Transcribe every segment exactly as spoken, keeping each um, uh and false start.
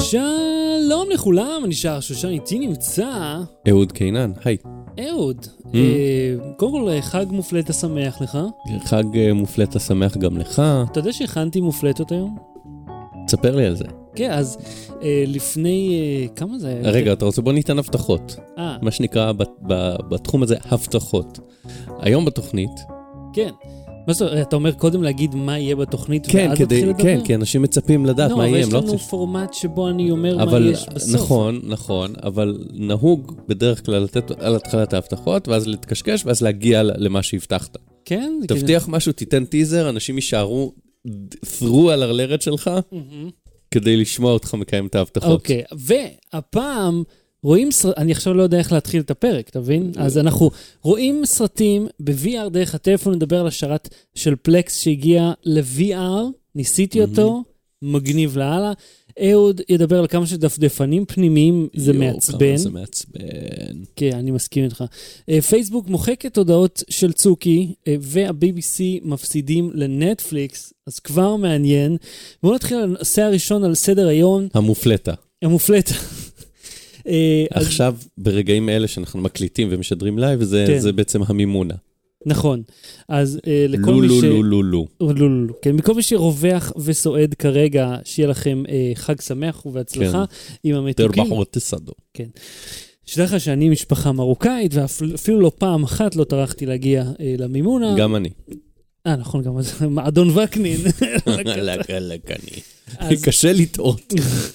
שלום לכולם, אני שר שושן, איתי נמצא אהוד קינן, היי. אהוד, קודם כל חג מופלטה שמח לך. חג מופלטה שמח גם לך. אתה יודע שהכנתי מופלטות היום? תספר לי על זה. כן, אז לפני, כמה זה היה? רגע, אתה רוצה בוא ניתן הבטחות. מה שנקרא בתחום הזה, הבטחות. היום בתוכנית. כן. מה זאת אומרת, אתה אומר קודם להגיד מה יהיה בתוכנית ואז תתחיל לדבר? כן, כי אנשים מצפים לדעת מה יהיה. לא, אבל יש לנו פורמט שבו אני אומר מה יש בסוף. נכון, נכון, אבל נהוג בדרך כלל לתת על התחלת ההבטחות, ואז להתקשקש, ואז להגיע למה שהבטחת. כן? תבטיח משהו, תיתן טיזר, אנשים יישארו through על הרלרת שלך, כדי לשמוע אותך מקיים את ההבטחות. אוקיי, והפעם רואים סרט, אני עכשיו לא יודע איך להתחיל את הפרק, אתה מבין? אז אנחנו רואים סרטים ב-וי אר דרך הטלפון, נדבר על השרת של פלקס שהגיע ל-וי אר, ניסיתי אותו, מגניב להלאה. אהוד ידבר על כמה שדפדפנים פנימיים, זה מעצבן. כמה זה מעצבן. כן, אני מסכים איתך. פייסבוק מוחק את הודעות של צוקי, וה-בי בי סי מפסידים לנטפליקס, אז כבר מעניין. בואו נתחיל על הנושא הראשון על סדר היום. המופלטה. המופלטה. עכשיו, ברגעים האלה שאנחנו מקליטים ומשדרים לייב, זה בעצם המימונה. נכון. אז לכל מי ש... לולו, לולו, לולו. כן, מכל מי שרווח וסועד כרגע, שיהיה לכם חג שמח ובהצלחה עם המתוקים. תרבחו ותסעדו. כן. שתדע לך שאני משפחה מרוקאית, ואפילו לא פעם אחת לא טרחתי להגיע למימונה. גם אני. אה, נכון, גם אדון וקנין. לקני. קשה לטעות.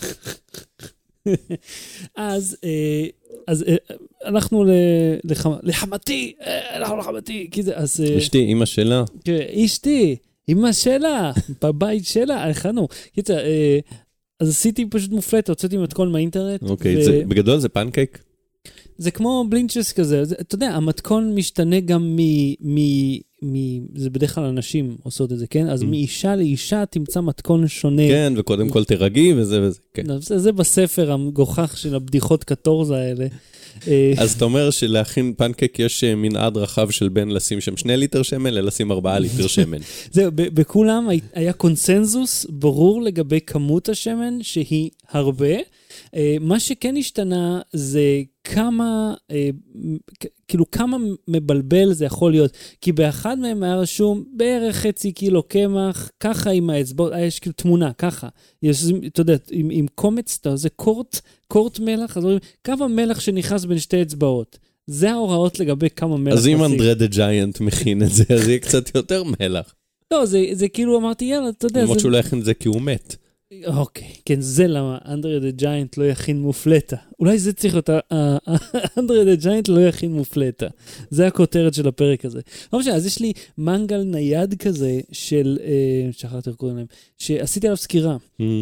אז, אז אנחנו לחמתי, אנחנו לחמתי, כי זה, אז... אשתי, אמא שלה. כן, אשתי, אמא שלה, בבית שלה, הכנו. קיצר, אז עשיתי פשוט מופלט, הוצאתי מתכון מהאינטרנט. אוקיי, בגדול זה פנקייק? זה כמו בלינצ'ס כזה, אתה יודע, המתכון משתנה גם מ... זה בדרך כלל אנשים עושות את זה, כן? אז מאישה לאישה תמצא מתכון שונה. כן, וקודם כל תרגי וזה וזה, כן. זה בספר המגוחך של הבדיחות קטורזה האלה. אז אתה אומר שלהכין פנקק יש מנעד רחב של בין לשים שם שני ליטר שמן, ללשים ארבעה ליטר שמן. זהו, בכולם היה קונסנזוס ברור לגבי כמות השמן, שהיא הרבה. מה שכן השתנה זה כמה, כאילו כמה מבלבל זה יכול להיות, כי באחד מהם היה רשום בערך חצי קילו קמח, ככה עם האצבעות, יש כאילו תמונה, ככה, יש, אתה יודע, עם, עם קומץ, אתה יודע, זה קורט, קורט מלח, אז אומרים, כמה מלח שנכנס בין שתי אצבעות, זה ההוראות לגבי כמה מלח. אז אם אנדרה דה ג'יינט מכין את זה, אז יהיה קצת יותר מלח. לא, זה, זה כאילו אמרתי, יאללה, אתה יודע. למרות שהוא לא יכין את זה כי הוא מת. אוקיי, כן, זה למה אנדרה דה ג'יינט לא יכין מופלטה. אולי זה צריך להיות, אנדרה דה ג'יינט לא יכין מופלטה. זה הכותרת של הפרק הזה. לא משנה, אז יש לי מנגל נייד כזה של, שכחתי איך קוראים להם, שעשיתי עליו סקירה.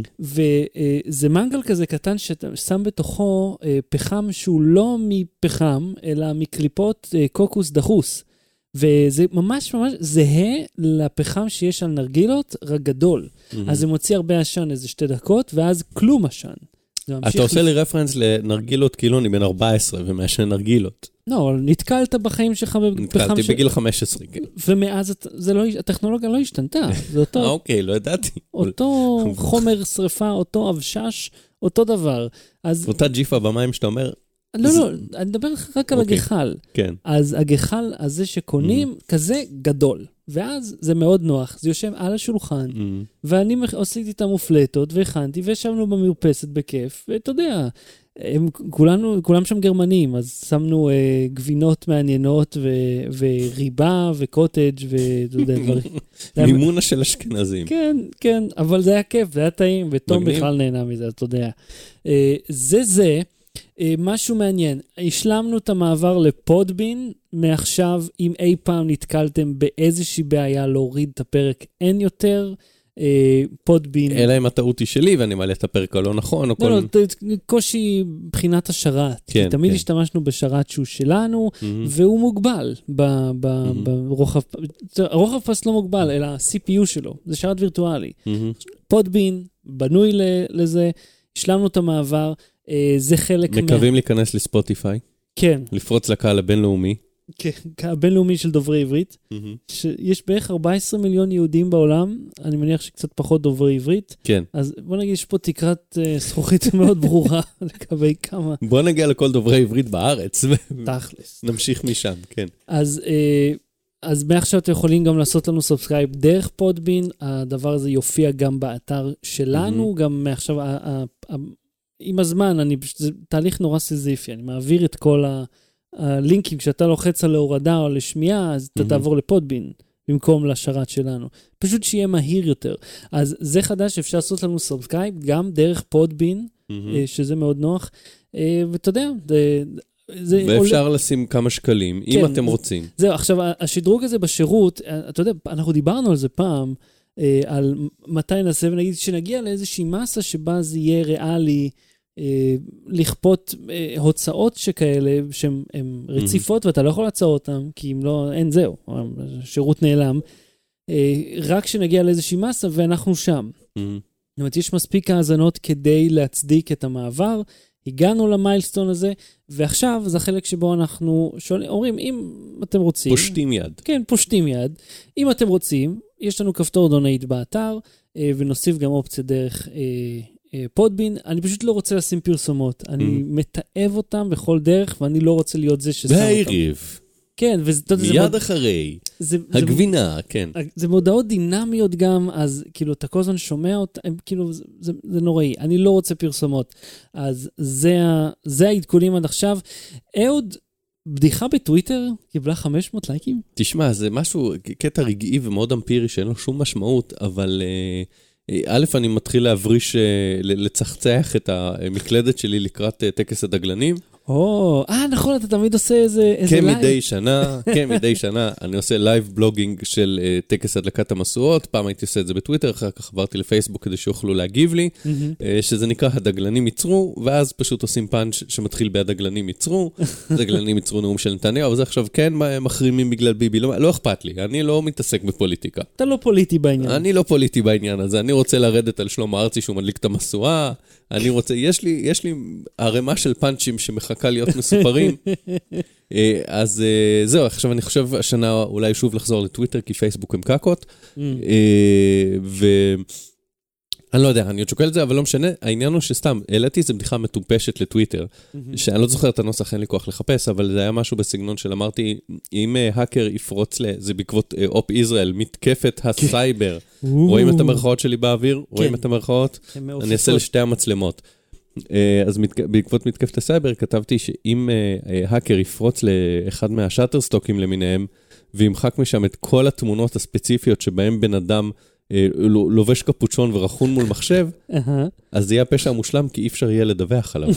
וזה מנגל כזה קטן שאתה שם בתוכו פחם שהוא לא מפחם, אלא מקליפות קוקוס דחוס. וזה ממש ממש זהה לפחם שיש על נרגילות, רק גדול. Mm-hmm. אז זה מוציא הרבה עשן איזה שתי דקות, ואז כלום עשן. אתה עושה לי רפרנס לנרגילות כאילו אני בן ארבע עשרה ומעשן נרגילות. לא, אבל נתקלת בחיים שלך בפחם... נתקלתי בגיל חמש עשרה, כן. ומאז זה לא, הטכנולוגיה לא השתנתה. זה אותו... אוקיי, לא ידעתי. אותו חומר שריפה, אותו אבשש, אותו דבר. אז... אותה ג'יפה במים שאתה אומר... לא, לא, אני מדבר רק על הגחל. כן. אז הגחל הזה שקונים, כזה גדול. ואז זה מאוד נוח, זה יושב על השולחן, ואני עשיתי את המופלטות, והכנתי, וישבנו במרפסת בכיף, ואתה יודע, כולנו, כולם שם גרמנים, אז שמנו גבינות מעניינות, וריבה, וקוטג' ואתה יודע, דברים. מימונה של אשכנזים. כן, כן, אבל זה היה כיף, זה היה טעים, ותום בכלל נהנה מזה, אתה יודע. זה זה, משהו מעניין, השלמנו את המעבר לפודבין, מעכשיו אם אי פעם נתקלתם באיזושהי בעיה להוריד את הפרק, אין יותר פודבין. אלא אם הטעות היא שלי ואני מעלה את הפרק הלא נכון. לא, לא, קושי מבחינת השרת, כי תמיד השתמשנו בשרת שהוא שלנו, והוא מוגבל ברוחב, הרוחב פס לא מוגבל, אלא ה-סי פי יו שלו, זה שרת וירטואלי. פודבין, בנוי לזה, השלמנו את המעבר, זה חלק... מקווים להיכנס לספוטיפיי. כן. לפרוץ לקהל הבינלאומי. הבינלאומי של דוברי עברית, שיש בערך ארבעה עשר מיליון יהודים בעולם, אני מניח שקצת פחות דוברי עברית, כן. אז בוא נגיד, יש פה תקרת זכוכית מאוד ברורה לגבי כמה. בוא נגיע לכל דוברי עברית בארץ. תכלס. נמשיך משם, כן. אז... אז מעכשיו אתם יכולים גם לעשות לנו סאבסקרייב דרך פודבין, הדבר הזה יופיע גם באתר שלנו, mm-hmm. גם מעכשיו, ה- ה- ה- עם הזמן, אני, זה תהליך נורא סיזיפי, אני מעביר את כל ה- הלינקים, כשאתה לוחץ על להורדה או לשמיעה, אז mm-hmm. אתה תעבור לפודבין, במקום לשרת שלנו. פשוט שיהיה מהיר יותר. אז זה חדש, אפשר לעשות לנו סאבסקרייב, גם דרך פודבין, mm-hmm. שזה מאוד נוח, ואתה יודע, זה... ואפשר עולה... לשים כמה שקלים, כן, אם אתם רוצים. זהו, עכשיו, השדרוג הזה בשירות, אתה יודע, אנחנו דיברנו על זה פעם, אה, על מתי נעשה, ונגיד שנגיע לאיזושהי מסה שבה זה יהיה ריאלי, אה, לכפות אה, הוצאות שכאלה, שהן רציפות, mm-hmm. ואתה לא יכול לעצור אותן, כי אם לא, אין זהו, השירות נעלם. אה, רק שנגיע לאיזושהי מסה, ואנחנו שם. Mm-hmm. זאת אומרת, יש מספיק האזנות כדי להצדיק את המעבר, הגענו למיילסטון הזה, ועכשיו זה החלק שבו אנחנו שואלים, אומרים, אם אתם רוצים... פושטים יד. כן, פושטים יד. אם אתם רוצים, יש לנו כפתור דונייט באתר, ונוסיף גם אופציה דרך פודבין. אני פשוט לא רוצה לשים פרסומות. אני מתאב אותם בכל דרך, ואני לא רוצה להיות זה ששם אותם. בערב. כן, וזה... מיד אחרי. הגבינה, כן. זה מודעות דינמיות גם, אז כאילו, אתה כל הזמן שומע אותה, כאילו, זה נוראי. אני לא רוצה פרסומות. אז זה העדכונים עד עכשיו. אהוד, בדיחה בטוויטר קיבלה חמש מאות לייקים? תשמע, זה משהו, קטע רגעי ומאוד אמפירי, שאין לו שום משמעות, אבל... א', אני מתחיל להבריש, לצחצח את המקלדת שלי לקראת טקס הדגלנים. או, אה, נכון, אתה תמיד עושה איזה לייב. כן, מדי שנה, כן, מדי שנה, אני עושה לייב בלוגינג של טקס הדלקת המשואות, פעם הייתי עושה את זה בטוויטר, אחר כך עברתי לפייסבוק כדי שיוכלו להגיב לי, שזה נקרא הדגלנים ייצרו, ואז פשוט עושים פאנץ' שמתחיל בהדגלנים ייצרו, הדגלנים ייצרו נאום של נתניהו, אבל זה עכשיו כן מחרימים בגלל ביבי, לא אכפת לי, אני לא מתעסק בפוליטיקה. אתה לא פוליטי בעניין. אני לא פוליטי בעניין הזה, אני רוצה לרדת על שלמה ארצי שהוא מדליק את המשואה, אני רוצה, יש לי, יש לי הרמה של פאנצ'ים שמחכה להיות מסופרים. אז זהו, עכשיו אני חושב השנה אולי שוב לחזור לטוויטר, כי פייסבוק הם קקות. ואני לא יודע, אני עוד שוקל את זה, אבל לא משנה. העניין הוא שסתם, העליתי איזו בדיחה מטופשת לטוויטר, שאני לא זוכר את הנוסח, אין לי כוח לחפש, אבל זה היה משהו בסגנון של אמרתי, אם האקר יפרוץ לזה בעקבות אופ ישראל, מתקפת הסייבר, רואים את המרכאות שלי באוויר? רואים את המרכאות? אני אעשה לשתי המצלמות. אז בעקבות מתקפת הסייבר כתבתי שאם האקר יפרוץ לאחד מהשאטרסטוקים למיניהם, וימחק משם את כל התמונות הספציפיות שבהם בן אדם לובש קפוצ'ון ורחון מול מחשב, אז זה יהיה הפשע המושלם, כי אי אפשר יהיה לדווח עליו.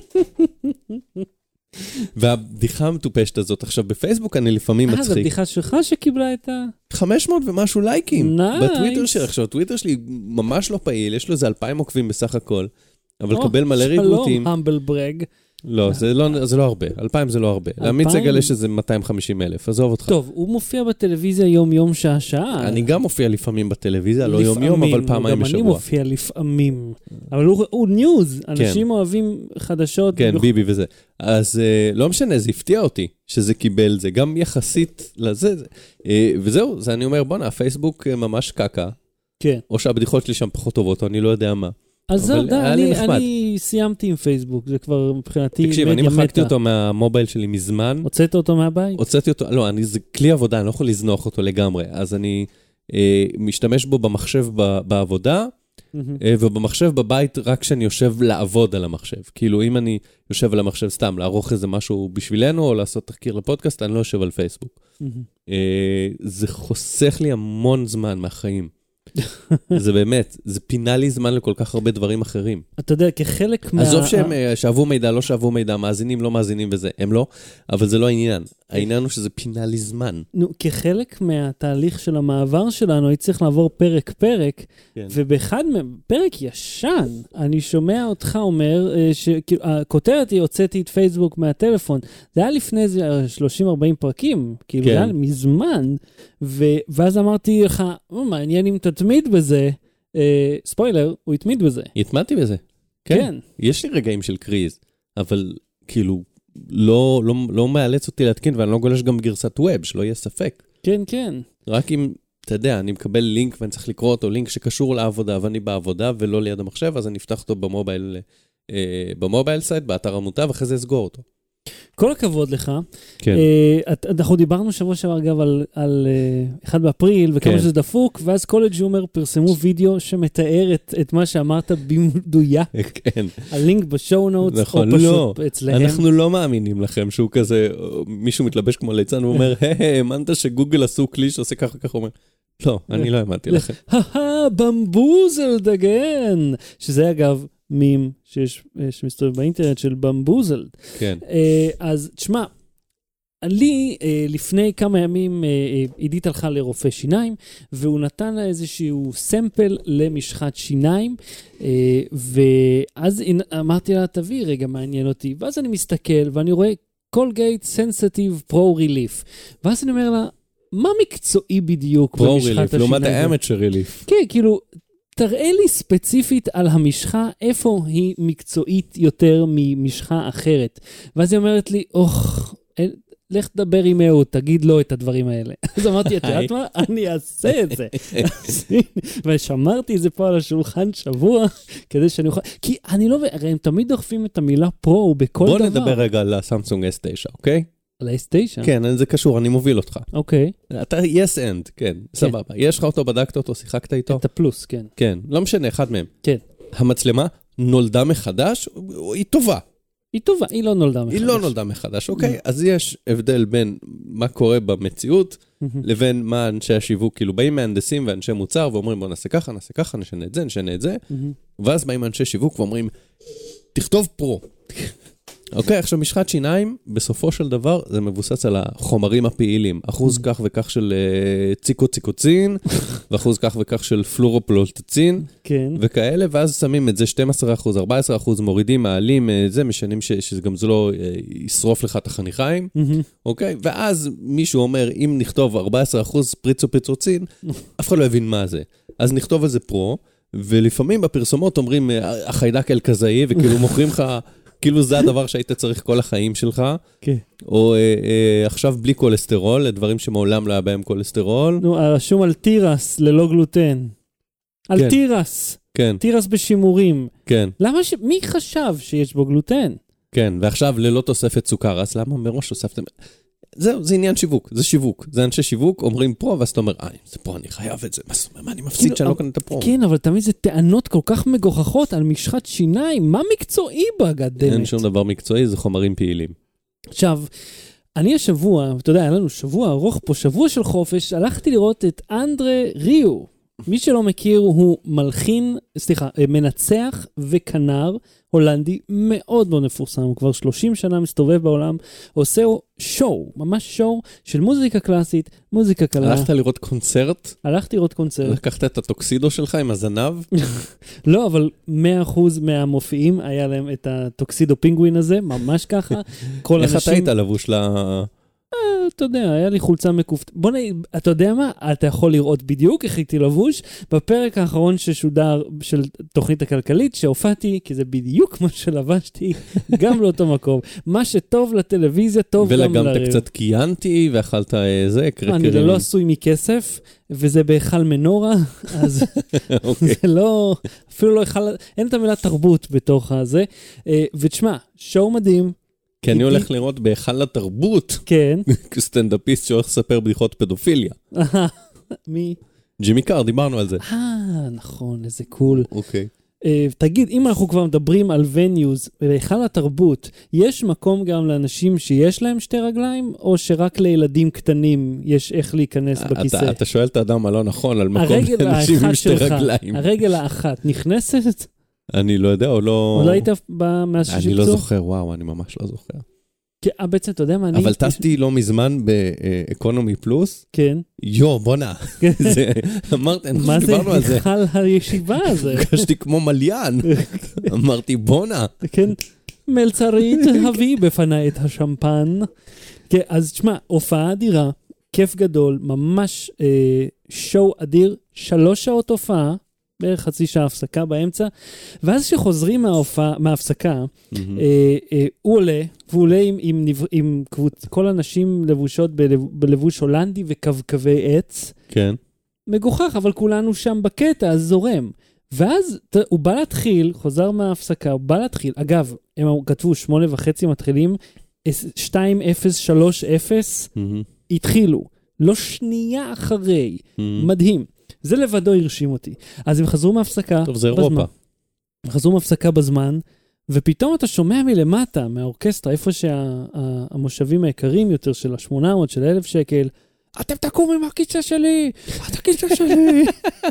והבדיחה המטופשת הזאת, עכשיו בפייסבוק אני לפעמים מצחיק. אה, זו בדיחה שלך שקיבלה את ה... חמש מאות ומשהו לייקים. בטוויטר שלי. עכשיו, הטוויטר שלי ממש לא פעיל, יש לו איזה אלפיים עוקבים בסך הכל, אבל קבל מלא ריבוטים. שלום, המבל ברג. לא, זה לא, זה לא הרבה. אלפיים זה לא הרבה. לעמית סגל יש איזה מאתיים וחמישים אלף, עזוב אותך. טוב, הוא מופיע בטלוויזיה יום-יום, שעה-שעה. אני גם מופיע לפעמים בטלוויזיה, לא יום-יום, אבל פעמיים בשבוע. גם אני מופיע לפעמים. אבל הוא, הוא ניוז. אנשים אוהבים חדשות. כן, ביבי וזה. אז לא משנה, זה הפתיע אותי שזה קיבל, זה גם יחסית לזה. וזהו, זה אני אומר, בוא נה, הפייסבוק ממש קקה. כן. או שהבדיחות שלי שם פחות טובות, או אני לא יודע מה. אז זהו, אני, אני סיימתי עם פייסבוק, זה כבר מבחינתי תקשיב, אני מחקתי אותו מהמובייל שלי מזמן. הוצאת אותו מהבית? הוצאתי אותו, לא, אני, זה כלי עבודה, אני לא יכול לזנוח אותו לגמרי, אז אני אה, משתמש בו במחשב ב, בעבודה, אה, ובמחשב בבית רק כשאני יושב לעבוד על המחשב. כאילו, אם אני יושב על המחשב סתם, לערוך איזה משהו בשבילנו, או לעשות תחקיר לפודקאסט, אני לא יושב על פייסבוק. אה, זה חוסך לי המון זמן מהחיים. זה באמת, זה פינה לי זמן לכל כך הרבה דברים אחרים. אתה יודע, כחלק מה... עזוב שהם שאבו מידע, לא שאבו מידע, מאזינים, לא מאזינים וזה, הם לא, אבל זה לא העניין. העניין הוא שזה פינה לי זמן. נו, כחלק מהתהליך של המעבר שלנו, הייתי צריך לעבור פרק-פרק, ובאחד פרק ישן, אני שומע אותך אומר, שהכותרת היא, הוצאתי את פייסבוק מהטלפון, זה היה לפני שלושים ארבעים פרקים, כאילו זה היה מזמן, ואז אמרתי לך, מעניין אם תתמיד בזה, ספוילר, הוא התמיד בזה. התמדתי בזה. כן. יש לי רגעים של קריז, אבל כאילו, לא, לא, לא מאלץ אותי להתקין, ואני לא גולש גם גרסת ווב, שלא יהיה ספק. כן, כן. רק אם, אתה יודע, אני מקבל לינק ואני צריך לקרוא אותו, לינק שקשור לעבודה, ואני בעבודה ולא ליד המחשב, אז אני אפתח אותו במובייל, אה, במובייל סייט, באתר עמותה, ואחרי זה אסגור אותו. כל הכבוד לך. כן. Uh, אנחנו דיברנו שבוע שעבר אגב על, על uh, אחד באפריל, וכמה כן. שזה דפוק, ואז קולג' אומר פרסמו וידאו שמתאר את, את מה שאמרת במדויק. כן. הלינק בשואו נוטס, נכון, או פשוט לא. אצלהם. אנחנו לא מאמינים לכם שהוא כזה, מישהו מתלבש כמו ליצן, הוא אומר, היי, האמנת שגוגל עשו כלי שעושה ככה ככה, הוא אומר, לא, אני לא האמנתי לכם. במבוזלד אגן, שזה אגב מים שיש, שמסתובב באינטרנט של במבוזלד. כן. אז תשמע, לי לפני כמה ימים עידית הלכה לרופא שיניים, והוא נתן לה איזשהו סמפל למשחת שיניים, ואז אמרתי לה, תביא רגע מעניין אותי, ואז אני מסתכל ואני רואה Colgate Sensitive Pro Relief, ואז אני אומר לה, מה מקצועי בדיוק במשחת השיניים? פרו-ריליף, לעומת האמצ'ר ריליף. כן, כאילו, תראה לי ספציפית על המשחה, איפה היא מקצועית יותר ממשחה אחרת. ואז היא אומרת לי, אוח, לך תדבר עם אהוד, תגיד לו את הדברים האלה. אז אמרתי, את יודעת מה? אני אעשה את זה. ושמרתי את זה פה על השולחן שבוע, כדי שאני אוכל... כי אני לא... הרי הם תמיד דוחפים את המילה פרו בכל דבר. בוא נדבר רגע על הסמסונג אס תשע, אוקיי? על ה-אס תשע? כן, זה קשור, אני מוביל אותך. אוקיי. אתה yes and, כן, סבבה. יש לך אותו, בדקת אותו, שיחקת איתו? את הפלוס, כן. כן, לא משנה, אחד מהם. כן. המצלמה נולדה מחדש, היא טובה. היא טובה, היא לא נולדה מחדש. היא לא נולדה מחדש, אוקיי? אז יש הבדל בין מה קורה במציאות, לבין מה אנשי השיווק, כאילו באים מהנדסים ואנשי מוצר, ואומרים בוא נעשה ככה, נעשה ככה, נשנה את זה, נשנה את זה, ואז באים אנשי שיווק ואומרים, תכתוב פרו. אוקיי, עכשיו משחת שיניים, בסופו של דבר, זה מבוסס על החומרים הפעילים. אחוז כך וכך של ציקוציקוצין, ואחוז כך וכך של פלורופלולטצין, וכאלה, ואז שמים את זה שנים עשר אחוז, ארבעה עשר אחוז, מורידים, מעלים, זה משנים שגם זה לא ישרוף לך את החניכיים, אוקיי? ואז מישהו אומר, אם נכתוב ארבעה עשר אחוז פריצופיצוצין, אף אחד לא יבין מה זה. אז נכתוב על זה פרו, ולפעמים בפרסומות אומרים, החיידק אל כזאי, וכאילו מוכרים לך... כאילו זה הדבר שהיית צריך כל החיים שלך, כן. או אה, אה, עכשיו בלי קולסטרול, לדברים שמעולם לא היה בהם קולסטרול. נו, רשום על תירס ללא גלוטן. על כן. תירס. כן. תירס בשימורים. כן. למה ש... מי חשב שיש בו גלוטן? כן, ועכשיו ללא תוספת סוכר, אז למה מראש הוספתם... זהו, זה עניין שיווק, זה שיווק. זה אנשי שיווק, אומרים פרו, ואז אתה אומר, אה, זה פרו, אני חייב את זה. מה, מה אני מפסיד שאני לא קנה את הפרו? כן, אבל תמיד זה טענות כל כך מגוחכות על משחת שיניים. מה מקצועי בה, גדמת? אין שום דבר מקצועי, זה חומרים פעילים. עכשיו, אני השבוע, אתה יודע, היה לנו שבוע ארוך פה, שבוע של חופש, הלכתי לראות את אנדרה ריו. מי שלא מכיר הוא מלחין, סליחה, מנצח וכנר הולנדי מאוד מאוד מפורסם, הוא כבר שלושים שנה מסתובב בעולם, עושה שואו, ממש שואו של מוזיקה קלאסית, מוזיקה קלה. הלכת לראות קונצרט? הלכתי לראות קונצרט. לקחת את הטוקסידו שלך עם הזנב? לא, אבל מאה אחוז מהמופיעים היה להם את הטוקסידו פינגווין הזה, ממש ככה. איך אתה היית לבוש לה... אתה יודע, היה לי חולצה מקופת. בוא נגיד, אתה יודע מה? אתה יכול לראות בדיוק איך הייתי לבוש בפרק האחרון ששודר של תוכנית הכלכלית, שהופעתי, כי זה בדיוק מה שלבשתי, גם לאותו מקום. מה שטוב לטלוויזיה, טוב גם לרב. ולגם אתה קצת קיינתי, ואכלת זה, קרקרים. אני לא עשוי מכסף, וזה בהיכל מנורה, אז זה לא, אפילו לא היכל, אין את המילה תרבות בתוך הזה. ותשמע, שואו מדהים, כי אני הולך לראות בהיכל התרבות, כן. כסטנדאפיסט שהולך לספר בדיחות פדופיליה. מי? ג'ימי קאר, דיברנו על זה. אה, נכון, איזה קול. אוקיי. תגיד, אם אנחנו כבר מדברים על וניוז, בהיכל התרבות, יש מקום גם לאנשים שיש להם שתי רגליים, או שרק לילדים קטנים יש איך להיכנס בכיסא? אתה שואל את האדם הלא נכון, על מקום לאנשים עם שתי רגליים. הרגל האחת נכנסת? אני לא יודע, או לא... או לא היית מאז ששיפצו? אני לא זוכר, וואו, אני ממש לא זוכר. כן, בעצם, אתה יודע מה, אני... אבל טסתי לא מזמן באקונומי פלוס. כן. יו, בונה. אמרתי, אני חושב שדיברנו על זה. מה זה היכל הישיבה הזה? קשתי כמו מליין. אמרתי, בונה. כן, מלצרית, הביא בפני את השמפן. כן, אז תשמע, הופעה אדירה, כיף גדול, ממש שואו אדיר, שלוש שעות הופעה, בערך חצי שעה הפסקה באמצע, ואז כשחוזרים מההופעה, מההפסקה, Mm-hmm. אה, אה, הוא עולה, והוא עולה עם, עם, עם, עם קבוצ... כל הנשים לבושות בלב, בלבוש הולנדי וקווקווי עץ. כן. מגוחך, אבל כולנו שם בקטע, אז זורם. ואז ת, הוא בא להתחיל, חוזר מההפסקה, הוא בא להתחיל, אגב, הם כתבו שמונה וחצי מתחילים, שתיים אפס שלוש אפס, Mm-hmm. התחילו, לא שנייה אחרי, Mm-hmm. מדהים. זה לבדו הרשים אותי. אז הם חזרו מההפסקה. טוב, זה אירופה. הם חזרו מההפסקה בזמן, ופתאום אתה שומע מלמטה, מהאורקסטרה, איפה שהמושבים היקרים יותר של ה-שמונה מאות, של אלף שקל, אתם תקומו מהכיסא שלי, את הכיסא שלי.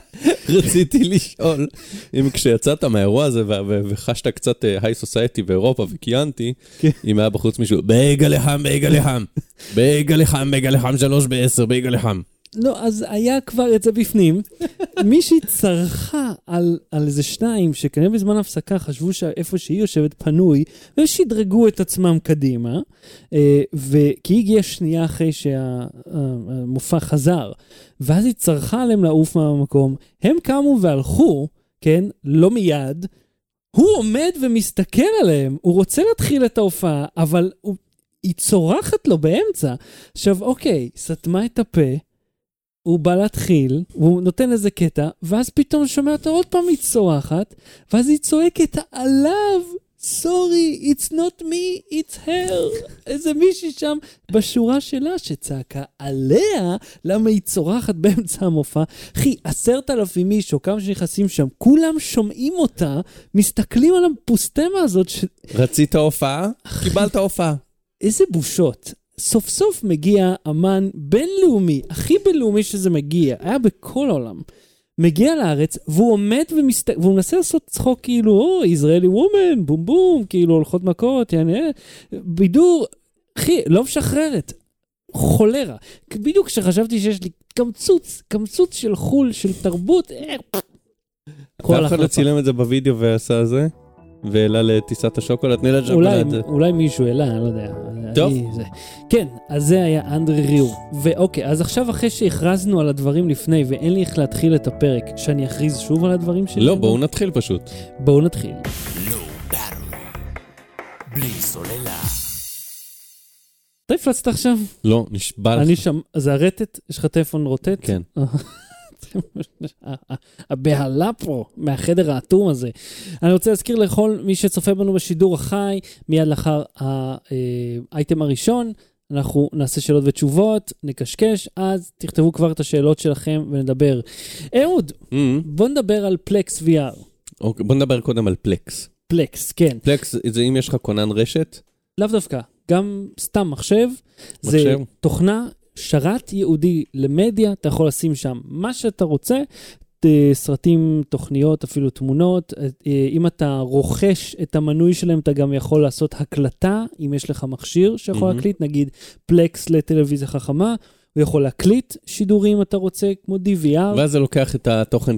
רציתי לשאול, אם כשיצאת מהאירוע הזה וחשת קצת היי סוסייטי באירופה וקיינתי, אם היה בחוץ מישהו, בייגה לחם, בייגה לחם, בייגה לחם, בייגה לחם, שלוש בעשר, בייגה לחם. לא, אז היה כבר את זה בפנים. מישהי צרחה על, על איזה שניים, שכנראה בזמן הפסקה חשבו שאיפה שהיא יושבת פנוי, ושדרגו את עצמם קדימה, וכי היא הגיעה שנייה אחרי שהמופע חזר, ואז היא צרחה עליהם לעוף מהמקום, הם קמו והלכו, כן, לא מיד, הוא עומד ומסתכל עליהם, הוא רוצה להתחיל את ההופעה, אבל הוא, היא צורחת לו באמצע. עכשיו, אוקיי, סתמה את הפה, הוא בא להתחיל, הוא נותן איזה קטע, ואז פתאום שומע אותה עוד פעם היא צורחת, ואז היא צועקת עליו, sorry, it's not me, it's her. איזה מישהי שם בשורה שלה שצעקה עליה, למה היא צורחת באמצע המופע. אחי, עשרת אלפים איש, או כמה שנכנסים שם, כולם שומעים אותה, מסתכלים על הפוסטמה הזאת. ש... רצית הופעה? קיבלת הופעה. איזה בושות. סוף סוף מגיע אמן בינלאומי, הכי בינלאומי שזה מגיע, היה בכל העולם, מגיע לארץ, והוא עומד ומסת... והוא מנסה לעשות צחוק כאילו, או, ישראלי וומן, בום בום, כאילו הולכות מכות, יעני, בידור, אחי, לא משחררת, חולרה. בדיוק כשחשבתי שיש לי קמצוץ, קמצוץ של חול, של תרבות, כל אחד צילם את זה בווידאו ועשה זה? ואלה לטיסת השוקולד, תני לה שוקולד. אולי מישהו אלה, אני לא יודע. טוב. כן, אז זה היה אנדרי ריו. ואוקיי, אז עכשיו אחרי שהכרזנו על הדברים לפני, ואין לי איך להתחיל את הפרק, שאני אכריז שוב על הדברים שלי? לא, בואו נתחיל פשוט. בואו נתחיל. בלי סוללה. אתה הפלצת עכשיו? לא, נשבע לך. אני שם, זה הרטט, יש לך טלפון רוטט? כן. הבהלה פה, מהחדר האטום הזה. אני רוצה להזכיר לכל מי שצופה בנו בשידור החי, מיד לאחר האייטם הראשון, אנחנו נעשה שאלות ותשובות, נקשקש, אז תכתבו כבר את השאלות שלכם ונדבר. אהוד, בוא נדבר על פלקס וי אר. אוקיי, בוא נדבר קודם על פלקס. פלקס, כן. פלקס, זה אם יש לך קונן רשת? לאו דווקא, גם סתם מחשב. זה תוכנה שרת ייעודי למדיה, אתה יכול לשים שם מה שאתה רוצה, סרטים, תוכניות, אפילו תמונות. אם אתה רוכש את המנוי שלהם, אתה גם יכול לעשות הקלטה, אם יש לך מכשיר שיכול להקליט, נגיד פלקס לטלוויזיה חכמה, הוא יכול להקליט שידורים אתה רוצה, כמו די וי אר. ואז זה לוקח את התוכן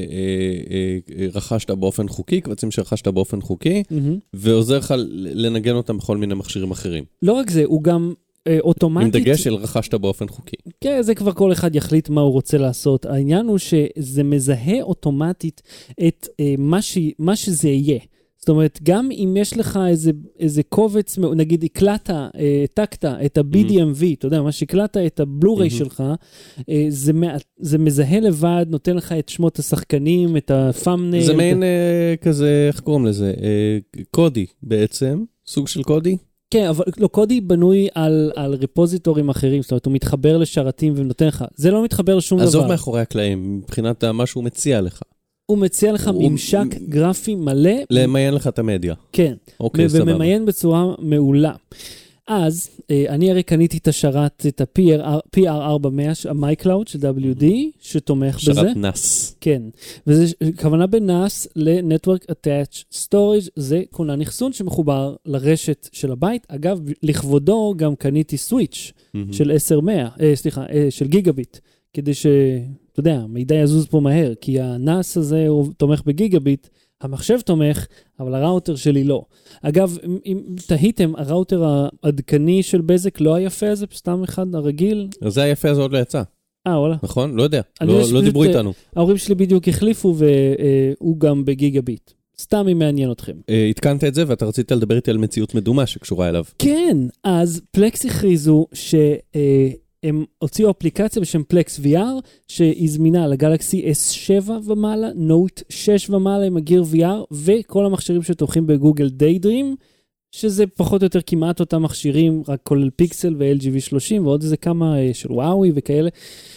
שרכשת באופן חוקי, קבצים שרכשת באופן חוקי, ועוזר לך לנגן אותם בכל מיני מכשירים אחרים. לא רק זה, הוא גם אוטומטית... עם דגש של רכשת באופן חוקי. כן, זה כבר כל אחד יחליט מה הוא רוצה לעשות. העניין הוא שזה מזהה אוטומטית את אה, מה, ש... מה שזה יהיה. זאת אומרת, גם אם יש לך איזה, איזה קובץ, נגיד הקלטת, אה, תקת את ה-בי די אם וי, mm-hmm. אתה יודע, מה שהקלטת את הבלוריי mm-hmm. שלך, אה, זה, זה מזהה לבד, נותן לך את שמות השחקנים, את הפאמנל. זה מעין את... אה, כזה, איך קוראים לזה? אה, קודי בעצם, סוג של קודי? כן, אבל לא, קודי בנוי על, על ריפוזיטורים אחרים, זאת אומרת, הוא מתחבר לשרתים ונותן לך. זה לא מתחבר לשום דבר. עזוב מאחורי הקלעים, מבחינת מה שהוא מציע לך. הוא מציע לך הוא... ממשק גרפי מלא. למעיין לך את המדיה. כן. אוקיי, סבבה. וממעיין בצורה מעולה. אז, אני הרי קניתי את השרת, את ה-פי אר ארבע מאות, ה-MyCloud של דאבליו די, שתומך בזה. שרת נאס. כן. וזה כוונה בנאס ל-Network Attached Storage, זה כונן אחסון שמחובר לרשת של הבית. אגב, לכבודו גם קניתי סוויץ' של עשר מאה, סליחה, של גיגביט, כדי ש, אתה יודע, מידע יזוז פה מהר, כי הנאס הזה הוא תומך בגיגביט, המחשב תומך, אבל הראוטר שלי לא. אגב, אם תהיתם, הראוטר העדכני של בזק לא היפה הזה, סתם אחד הרגיל. אז זה היפה, זה עוד לא יצא. אה, וואלה. נכון? לא יודע. אני לא, יש לא פשוט, דיברו אה, איתנו. ההורים שלי בדיוק החליפו, והוא גם בגיגה ביט. סתם אם מעניין אתכם. אה, התקנת את זה, ואתה רצית לדבר איתי על מציאות מדומה שקשורה אליו. כן, אז פלקס הכריזו שהם הוציאו אפליקציה בשם פלקס וי אר, שהיא זמינה לגלקסי אס שבע ומעלה, נוט שש ומעלה עם הגיר וי אר, וכל המכשירים שתומכים בגוגל Daydream, שזה פחות או יותר כמעט אותם מכשירים, רק כולל פיקסל ו-אל ג'י וי שלושים, ועוד איזה כמה של וואוי וכאלה.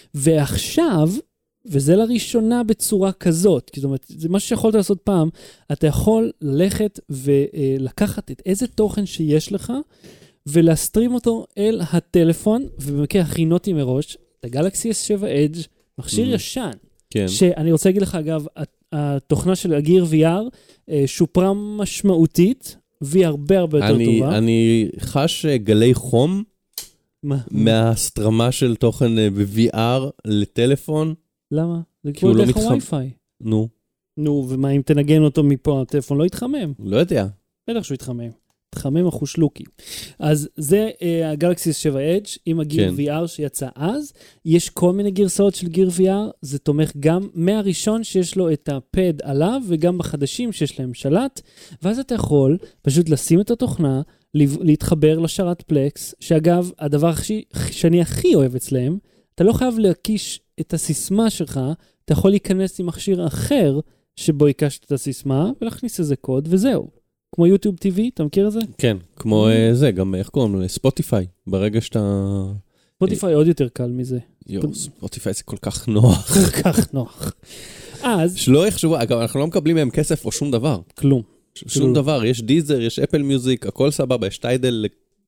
ועכשיו, וזה לראשונה בצורה כזאת, זאת אומרת, זה משהו שיכולת לעשות פעם, אתה יכול ללכת ולקחת את איזה תוכן שיש לך, ולהסטרים אותו אל הטלפון, ובמקרה הכינותי מראש, את הגלקסי אס שבע Edge, מכשיר ישן, כן. שאני רוצה להגיד לך, אגב, התוכנה של הגיר וי אר שופרה משמעותית, והיא הרבה הרבה יותר אני, טובה. אני חש גלי חום מה? מהסטרמה של תוכן ב-וי אר לטלפון. למה? זה כי כמו הוא לא דרך מתחמם. הווי-פיי. נו, נו, ומה אם תנגן אותו מפה, הטלפון לא יתחמם? לא יודע. בטח שהוא יתחמם. תחמם החושלוקי. אז זה הגלקסי אס שבע Edge עם הגיר כן. וי אר שיצא אז. יש כל מיני גרסאות של גיר וי אר, זה תומך גם מהראשון שיש לו את הפד עליו, וגם בחדשים שיש להם שלט, ואז אתה יכול פשוט לשים את התוכנה, להתחבר לשרת פלקס, שאגב, הדבר הכי, שאני הכי אוהב אצלהם, אתה לא חייב להקיש את הסיסמה שלך, אתה יכול להיכנס עם מכשיר אחר, שבו הקשת את הסיסמה, ולהכניס איזה קוד, וזהו. כמו יוטיוב טי וי, אתה מכיר את זה? כן, כמו זה, גם איך קוראים לו? ספוטיפיי. ברגע שאתה... ספוטיפיי עוד יותר קל מזה. יו, ספוטיפיי זה כל כך נוח. כל כך נוח. אז... שלא יחשבו, אגב, אנחנו לא מקבלים מהם כסף או שום דבר. כלום. שום דבר, יש דיזר, יש אפל מיוזיק, הכל סבבה, יש טיידל,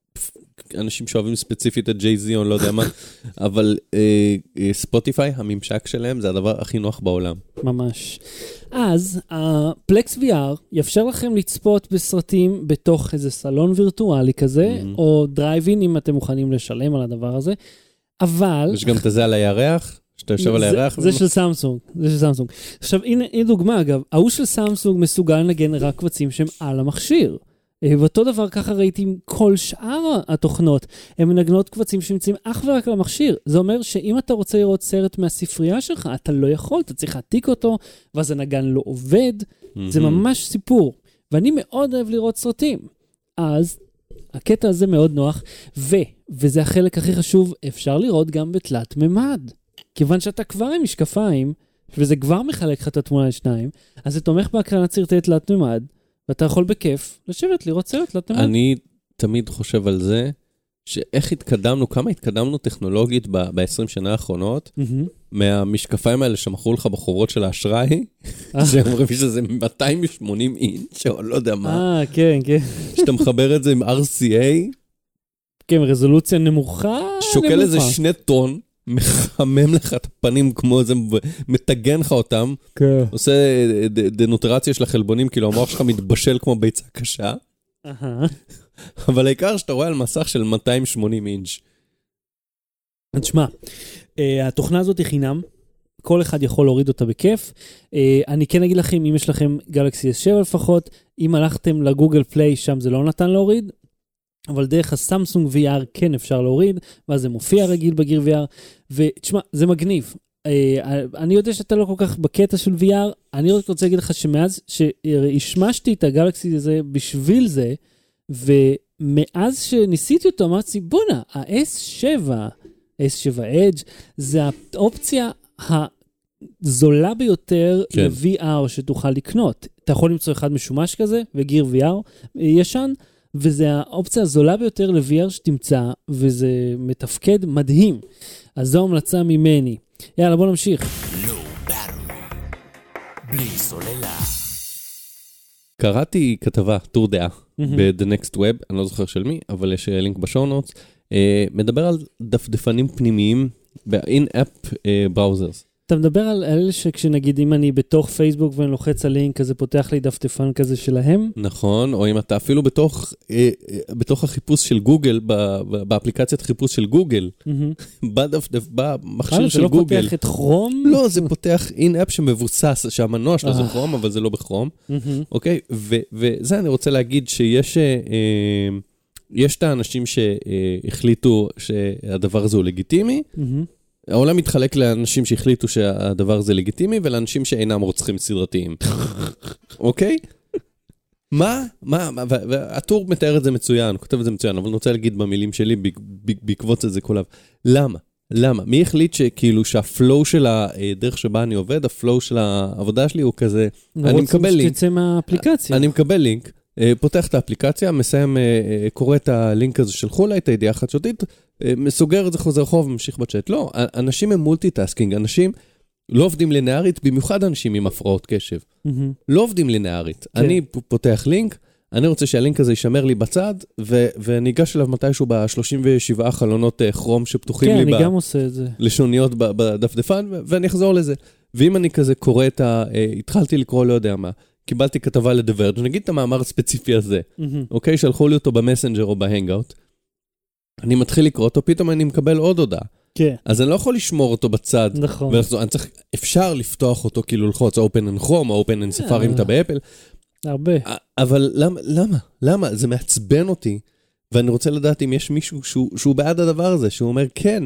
אנשים שאוהבים ספציפית את ג'יי-זי או לא יודע מה, אבל ספוטיפיי, הממשק שלהם, זה הדבר הכי נוח בעולם. ממש. אז הפלקס וי אר יאפשר לכם לצפות בסרטים בתוך איזה סלון וירטואלי כזה, או דרייבין אם אתם מוכנים לשלם על הדבר הזה, אבל... יש גם את זה על הירח, שאתה יושב על הירח. זה של סמסונג, זה של סמסונג. עכשיו, הנה דוגמה אגב, ההוא של סמסונג מסוגל לנגן רק קבצים שהם על המכשיר. ואותו דבר ככה ראיתי עם כל שאר התוכנות, הן מנגנות קבצים שנמצאים אך ורק על המכשיר. זה אומר שאם אתה רוצה לראות סרט מהספרייה שלך, אתה לא יכול, אתה צריך להעתיק אותו, ואז הנגן לא עובד. זה ממש סיפור. ואני מאוד אוהב לראות סרטים. אז הקטע הזה מאוד נוח, ו, וזה החלק הכי חשוב, אפשר לראות גם בתלת ממד. כיוון שאתה כבר עם משקפיים, וזה כבר מחלק לך את התמונה לשניים, אז זה תומך בהקרנת סרטי תלת ממד, ואתה יכול בכיף לשבת לראות סרט תלת ממד. אני תמיד חושב על זה, שאיך התקדמנו, כמה התקדמנו טכנולוגית ב-עשרים שנה האחרונות, מהמשקפיים האלה שמכרו לך בחורות של האשראי, שהם אומרים שזה מאתיים ושמונים אינץ' או לא יודע מה. אה, כן, כן. שאתה מחבר את זה עם אר סי איי. כן, רזולוציה נמוכה. שוקל איזה שני טון, מחמם לך את הפנים כמו זה, מתגן לך אותם, כן. עושה דנוטרציה של החלבונים, כאילו המוח שלך מתבשל כמו ביצה קשה. אהה. אבל העיקר שאתה רואה על מסך של מאתיים ושמונים אינץ'. אז תשמע, התוכנה הזאת היא חינם, כל אחד יכול להוריד אותה בכיף. אני כן אגיד לכם, אם יש לכם גלקסי אס שבע לפחות, אם הלכתם לגוגל פליי, שם זה לא נתן להוריד, אבל דרך הסמסונג וי אר כן אפשר להוריד, ואז זה מופיע רגיל בגיר וי אר, ותשמע, זה מגניב. אני יודע שאתה לא כל כך בקטע של וי אר, אני רק רוצה להגיד לך שמאז שהשמשתי את הגלקסי הזה בשביל זה, ומאז שניסיתי אותו, אמרתי, בונה, ה-אס שבע, אס שבע Edge, זה האופציה הזולה ביותר כן. ל-וי אר שתוכל לקנות. אתה יכול למצוא אחד משומש כזה, וגיר וי אר ישן, וזה האופציה הזולה ביותר ל-וי אר שתמצא, וזה מתפקד מדהים. אז זו המלצה ממני. יאללה, בוא נמשיך. בלי סוללה. קראתי כתבה, טור דעה, ב-The Next Web, אני לא זוכר של מי, אבל יש לינק בשואו נוטס, מדבר על דפדפנים פנימיים ב-in-app browsers. אתה מדבר על אלה שכשנגיד אם אני בתוך פייסבוק ואני לוחץ על לינק, אז זה פותח לי דפדפן כזה שלהם? נכון, או אם אתה אפילו בתוך, בתוך החיפוש של גוגל, באפליקציית חיפוש של גוגל, בדפדף, במכשיר של גוגל. זה לא פותח את כרום? לא, זה פותח in-app שמבוסס, שהמנוע שלו זה כרום, אבל זה לא בכרום. אוקיי? וזה אני רוצה להגיד שיש... יש את האנשים שהחליטו שהדבר הזה הוא לגיטימי, העולם מתחלק לאנשים שהחליטו שהדבר הזה לגיטימי, ולאנשים שאינם רוצחים סדרתיים. אוקיי? מה? מה? והטור מתאר את זה מצוין, כותב את זה מצוין, אבל אני רוצה להגיד במילים שלי, בעקבות את זה כולב. למה? למה? מי החליט שכאילו שהפלואו של הדרך שבה אני עובד, הפלואו של העבודה שלי הוא כזה, אני מקבל לינק. שתצא מהאפליקציה. אני מקבל לינק, פותח את האפליקציה, מסיים, קורא את הלינק הזה, שלחו לה את הידיעה החדשותית, מסוגר את זה חוזר חוב וממשיך בצ'אט. לא, אנשים הם מולטי-טאסקינג, אנשים לא עובדים לינארית, במיוחד אנשים עם הפרעות קשב. לא עובדים לינארית. אני פותח לינק, אני רוצה שהלינק הזה יישמר לי בצד, ואני אגש אליו מתישהו ב-שלושים ושבעה חלונות כרום שפתוחים לי כן, אני גם עושה את זה. לשוניות בדפדפן, ואני אחזור לזה. ואם אני כזה קורא את ה... התחלתי לקרוא, לא יודע מה, קיבלתי כתבה לדברג', נגיד את המאמר הספציפי הזה, אוקיי? שלחו לי אותו במסנג'ר או בהנגאוט, אני מתחיל לקרוא אותו, פתאום אני מקבל עוד הודעה. כן. אז אני לא יכול לשמור אותו בצד. נכון. ולחזור, אני צריך, אפשר לפתוח אותו, כאילו ללחוץ Open and Chrome, או Open and Safari אם אתה באפל. הרבה. אבל למה, למה? למה? זה מעצבן אותי, ואני רוצה לדעת אם יש מישהו שהוא, שהוא בעד הדבר הזה, שהוא אומר, כן,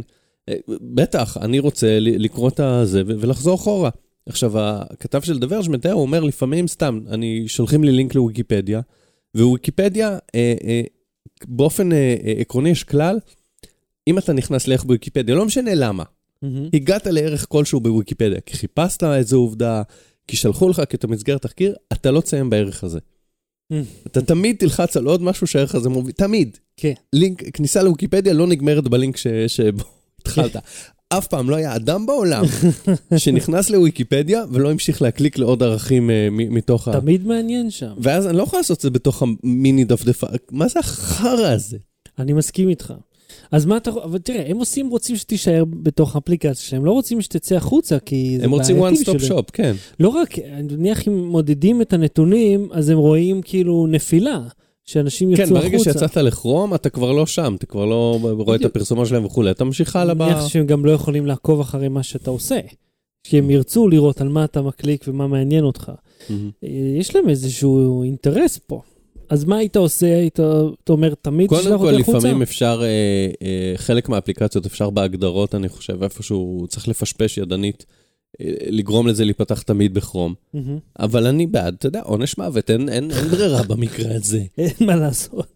בטח, אני רוצה לקרוא את זה ולחזור אחורה. עכשיו, הכתב של דברג' מתאר, הוא אומר, לפעמים סתם, אני שולחים לי לינק לוויקיפדיה, וויקיפדיה, אה, אה, באופן אה, אה, עקרוני יש כלל, אם אתה נכנס לערך בוויקיפדיה, לא משנה למה, mm-hmm. הגעת לערך כלשהו בוויקיפדיה, כי חיפשת איזו עובדה, כי שלחו לך כי אתה מסגר תחקיר, אתה לא תסיים בערך הזה. Mm-hmm. אתה תמיד תלחץ על עוד משהו שהערך הזה מוביל, תמיד. כן. לינק, כניסה לוויקיפדיה לא נגמרת בלינק ש, שבו התחלת. אף פעם לא היה אדם בעולם שנכנס לוויקיפדיה ולא המשיך להקליק לעוד ערכים uh, מתוך ה... תמיד מעניין שם. ואז אני לא יכול לעשות את זה בתוך המיני דפדפה. מה זה החרא הזה? אני מסכים איתך. אז מה אתה... אבל תראה, הם עושים, רוצים שתישאר בתוך האפליקציה שלהם, לא רוצים שתצא החוצה, כי זה הם רוצים one stop shop, כן. לא רק, אני מניח אם מודדים את הנתונים, אז הם רואים כאילו נפילה. שאנשים יצאו החוצה. כן, ברגע שיצאת לכרום, אתה כבר לא שם, אתה כבר לא רואה את הפרסומה שלהם וכו', אתה ממשיך הלאה. אני מניח שהם גם לא יכולים לעקוב אחרי מה שאתה עושה, כי הם ירצו לראות על מה אתה מקליק ומה מעניין אותך. יש להם איזשהו אינטרס פה. אז מה היית עושה? היית אומר תמיד שלח אותי החוצה? קודם כל, לפעמים אפשר, חלק מהאפליקציות אפשר בהגדרות, אני חושב, איפשהו צריך לפשפש ידנית, לגרום לזה להיפתח תמיד בכרום. אבל אני בעד, אתה יודע, עונש מוות, אין, אין, אין ברירה במקרה הזה. אין מה לעשות.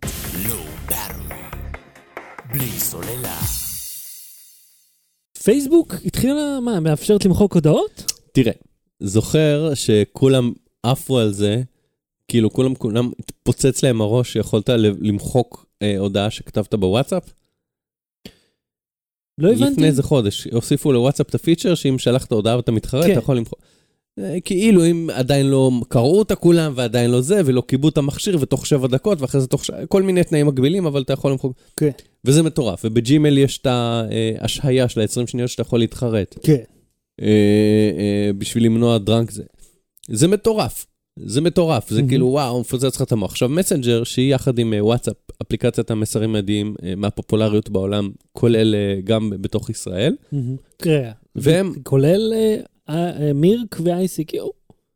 בלי סוללה. פייסבוק התחילה, מה, מאפשרת למחוק הודעות? תראה, זוכר שכולם עפו על זה, כאילו כולם, כולם התפוצץ להם הראש שיכולת למחוק אה, הודעה שכתבת בוואטסאפ? לא הבנתי. לפני איזה חודש, הוסיפו לוואטסאפ את הפיצ'ר, שאם שלחת הודעה ואתה מתחרט, כן. אתה יכול למחוק. כאילו אם עדיין לא קראו אותה כולם, ועדיין לא זה, ולא קיבו את המכשיר, ותוך שבע דקות, ואחרי זה תוך ש... כל מיני תנאים מגבילים, אבל אתה יכול למחוק. כן. וזה מטורף. ובג'ימל יש את ההשהיה של ה-עשרים שניות שאתה יכול להתחרט. כן. אה, אה, בשביל למנוע דרנק זה. זה מטורף. זה מטורף. זה כאילו, וואו, מפוצץ לך את המוח. עכשיו, מסנג'ר, שהיא יחד עם וואטסאפ, אפליקציית המסרים מדהים, מהפופולריות בעולם, כולל גם בתוך ישראל. כן. והם... כולל מירק ו-איי סי קיו.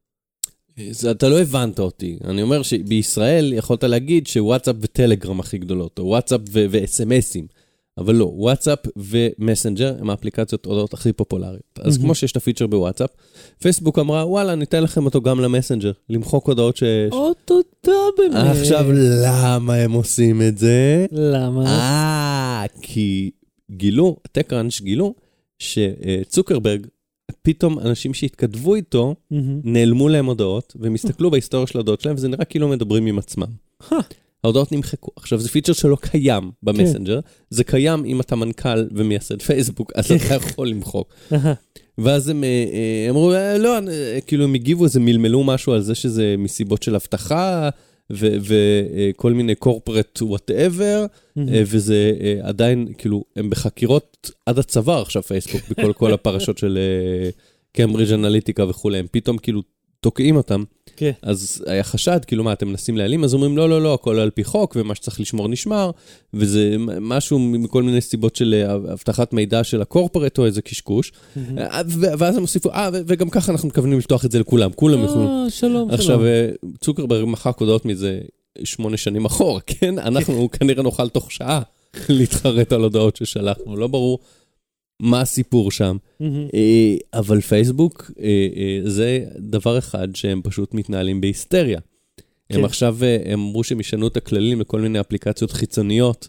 אתה לא הבנת אותי. אני אומר שבישראל יכולת להגיד שוואטסאפ וטלגרם הכי גדולות, או וואטסאפ ו-אס אם אסים. אבל לא, וואטסאפ ומסנג'ר הם האפליקציות הודעות הכי פופולריות. אז כמו שיש את הפיצ'ר בוואטסאפ, פייסבוק אמרה, וואלה, ניתן לכם אותו גם למסנג'ר, למחוק הודעות ש... או תודה באמת. עכשיו, למה הם עושים את זה? למה? אה, כי גילו, טקראנץ' גילו, שצוקרברג, פתאום אנשים שהתכתבו איתו, נעלמו להם הודעות, והם הסתכלו בהיסטוריה של ההודעות שלהם, וזה נראה כאילו מדברים עם עצמם. ההודעות נמחקו. עכשיו, זה פיצ'ר שלא קיים במסנג'ר, זה קיים אם אתה מנכ"ל ומייסד פייסבוק, אז אתה יכול למחוק. ואז הם אמרו, לא, כאילו הם הגיבו, אז הם מלמלו משהו על זה שזה מסיבות של הבטחה, וכל מיני corporate whatever, וזה עדיין, כאילו, הם בחקירות עד הצוואר עכשיו פייסבוק, בכל כל הפרשות של קיימברידג' אנליטיקה וכו', הם פתאום כאילו תוקעים אותם. כן. אז היה חשד, כאילו מה, אתם מנסים להעלים? אז אומרים, לא, לא, לא, הכל על פי חוק, ומה שצריך לשמור נשמר, וזה משהו מכל מיני סיבות של הבטחת מידע של הקורפורט, או איזה קשקוש. ואז הם הוסיפו, אה, וגם ככה אנחנו מתכוונים לפתוח את זה לכולם, כולם יכולים. אה, שלום, שלום. עכשיו, צוקרברג מחק הודעות מזה שמונה שנים אחורה, כן? אנחנו כנראה נוכל תוך שעה להתחרט על הודעות ששלחנו, לא ברור מה הסיפור שם. אבל פייסבוק זה דבר אחד שהם פשוט מתנהלים בהיסטריה. הם עכשיו, הם אמרו שהם ישנו את הכללים לכל מיני אפליקציות חיצוניות,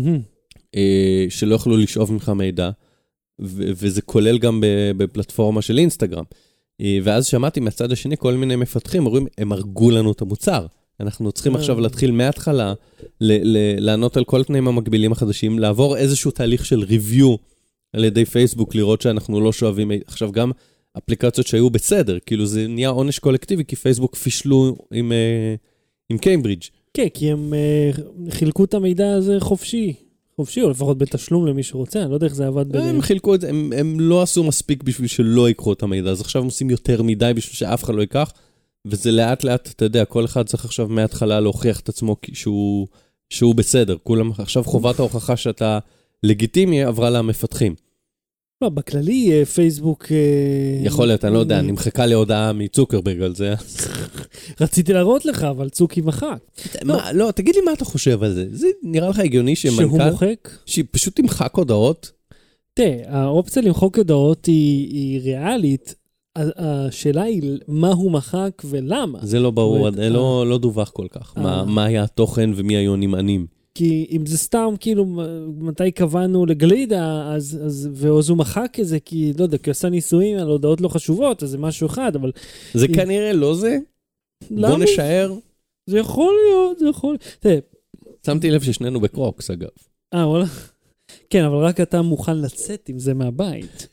שלא יכלו לשאוב ממך מידע, וזה כולל גם בפלטפורמה של אינסטגרם. ואז שמעתי מהצד השני כל מיני מפתחים, אומרים, הם הרגו לנו את המוצר. אנחנו צריכים עכשיו להתחיל מההתחלה, לענות על כל תנאים המקבילים החדשים, לעבור איזשהו תהליך של ריוויו על ידי פייסבוק, לראות שאנחנו לא שואבים, עכשיו גם אפליקציות שהיו בסדר, כאילו זה נהיה עונש קולקטיבי, כי פייסבוק פישלו עם, עם קיימברידג'. כן, כי הם חילקו את המידע הזה חופשי, חופשי, או לפחות בתשלום למי שרוצה, אני לא יודע איך זה עבד ביניהם. הם חילקו את זה, הם, הם לא עשו מספיק בשביל שלא יקחו את המידע, אז עכשיו הם עושים יותר מדי בשביל שאף אחד לא ייקח, וזה לאט לאט, אתה יודע, כל אחד צריך עכשיו מההתחלה להוכיח את עצמו שהוא, שהוא בסדר. כולם, עכשיו חובת ההוכחה שאתה לגיטימי עברה למפתחים. לא, בכללי פייסבוק... יכול להיות, אני לא יודע, נמחקה לי הודעה מצוקרברג על זה. רציתי להראות לך, אבל צוקי מחק. לא, תגיד לי מה אתה חושב על זה. זה נראה לך הגיוני שמנכ"ל... שהוא מוחק? שפשוט תמחק הודעות? תראה, האופציה למחוק הודעות היא ריאלית, השאלה היא מה הוא מחק ולמה. זה לא ברור, לא, לא דווח כל כך. מה, מה היה התוכן ומי היו נמענים. כי אם זה סתם, כאילו, מתי קבענו לגלידה, אז, אז, ואז הוא מחק את זה, כי, לא יודע, כי עושה ניסויים על הודעות לא חשובות, אז זה משהו אחד, אבל... זה אם... כנראה לא זה. למה? בוא נשאר. זה יכול להיות, זה יכול להיות. תראה. שמתי לב ששנינו בקרוקס, אגב. אה, וואלה. כן, אבל רק אתה מוכן לצאת עם זה מהבית.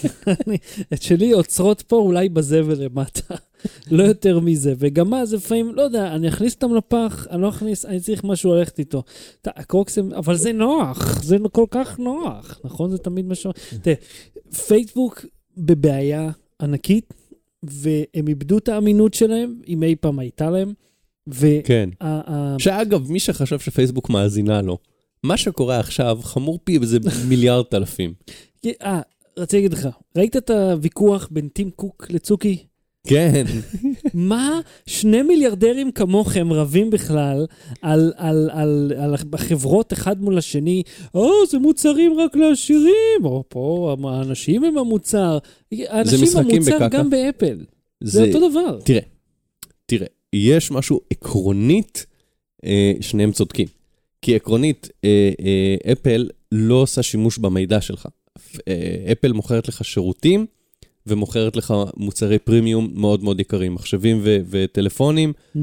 את שלי עוצרות פה אולי בזבל למטה. לא יותר מזה. וגם מה, זה לפעמים, לא יודע, אני אכניס אותם לפח, אני לא אכניס, אני צריך משהו ללכת איתו. הקרוקסים, אבל זה נוח, זה כל כך נוח. נכון? זה תמיד משהו. תראה, פייסבוק בבעיה ענקית, והם איבדו את האמינות שלהם, אם אי פעם הייתה להם. כן. שאגב, מי שחשב שפייסבוק מאזינה לו, מה שקורה עכשיו חמור פי בזה מיליארד אלפים. אה, רציתי להגיד לך, ראית את הוויכוח בין טים קוק לצוקי? כן. מה שני מיליארדרים כמוכם רבים בכלל על, על, על, על החברות אחד מול השני? או, זה מוצרים רק לעשירים, או פה, האנשים הם המוצר. האנשים המוצר בקקה. גם באפל. זה, זה אותו דבר. תראה, תראה, יש משהו עקרונית, אה, שניהם צודקים. כי עקרונית, אה, אה, אפל לא עושה שימוש במידע שלך. אה, אפל מוכרת לך שירותים, ומוכרת לך מוצרי פרימיום מאוד מאוד יקרים, מחשבים ו- וטלפונים, mm-hmm.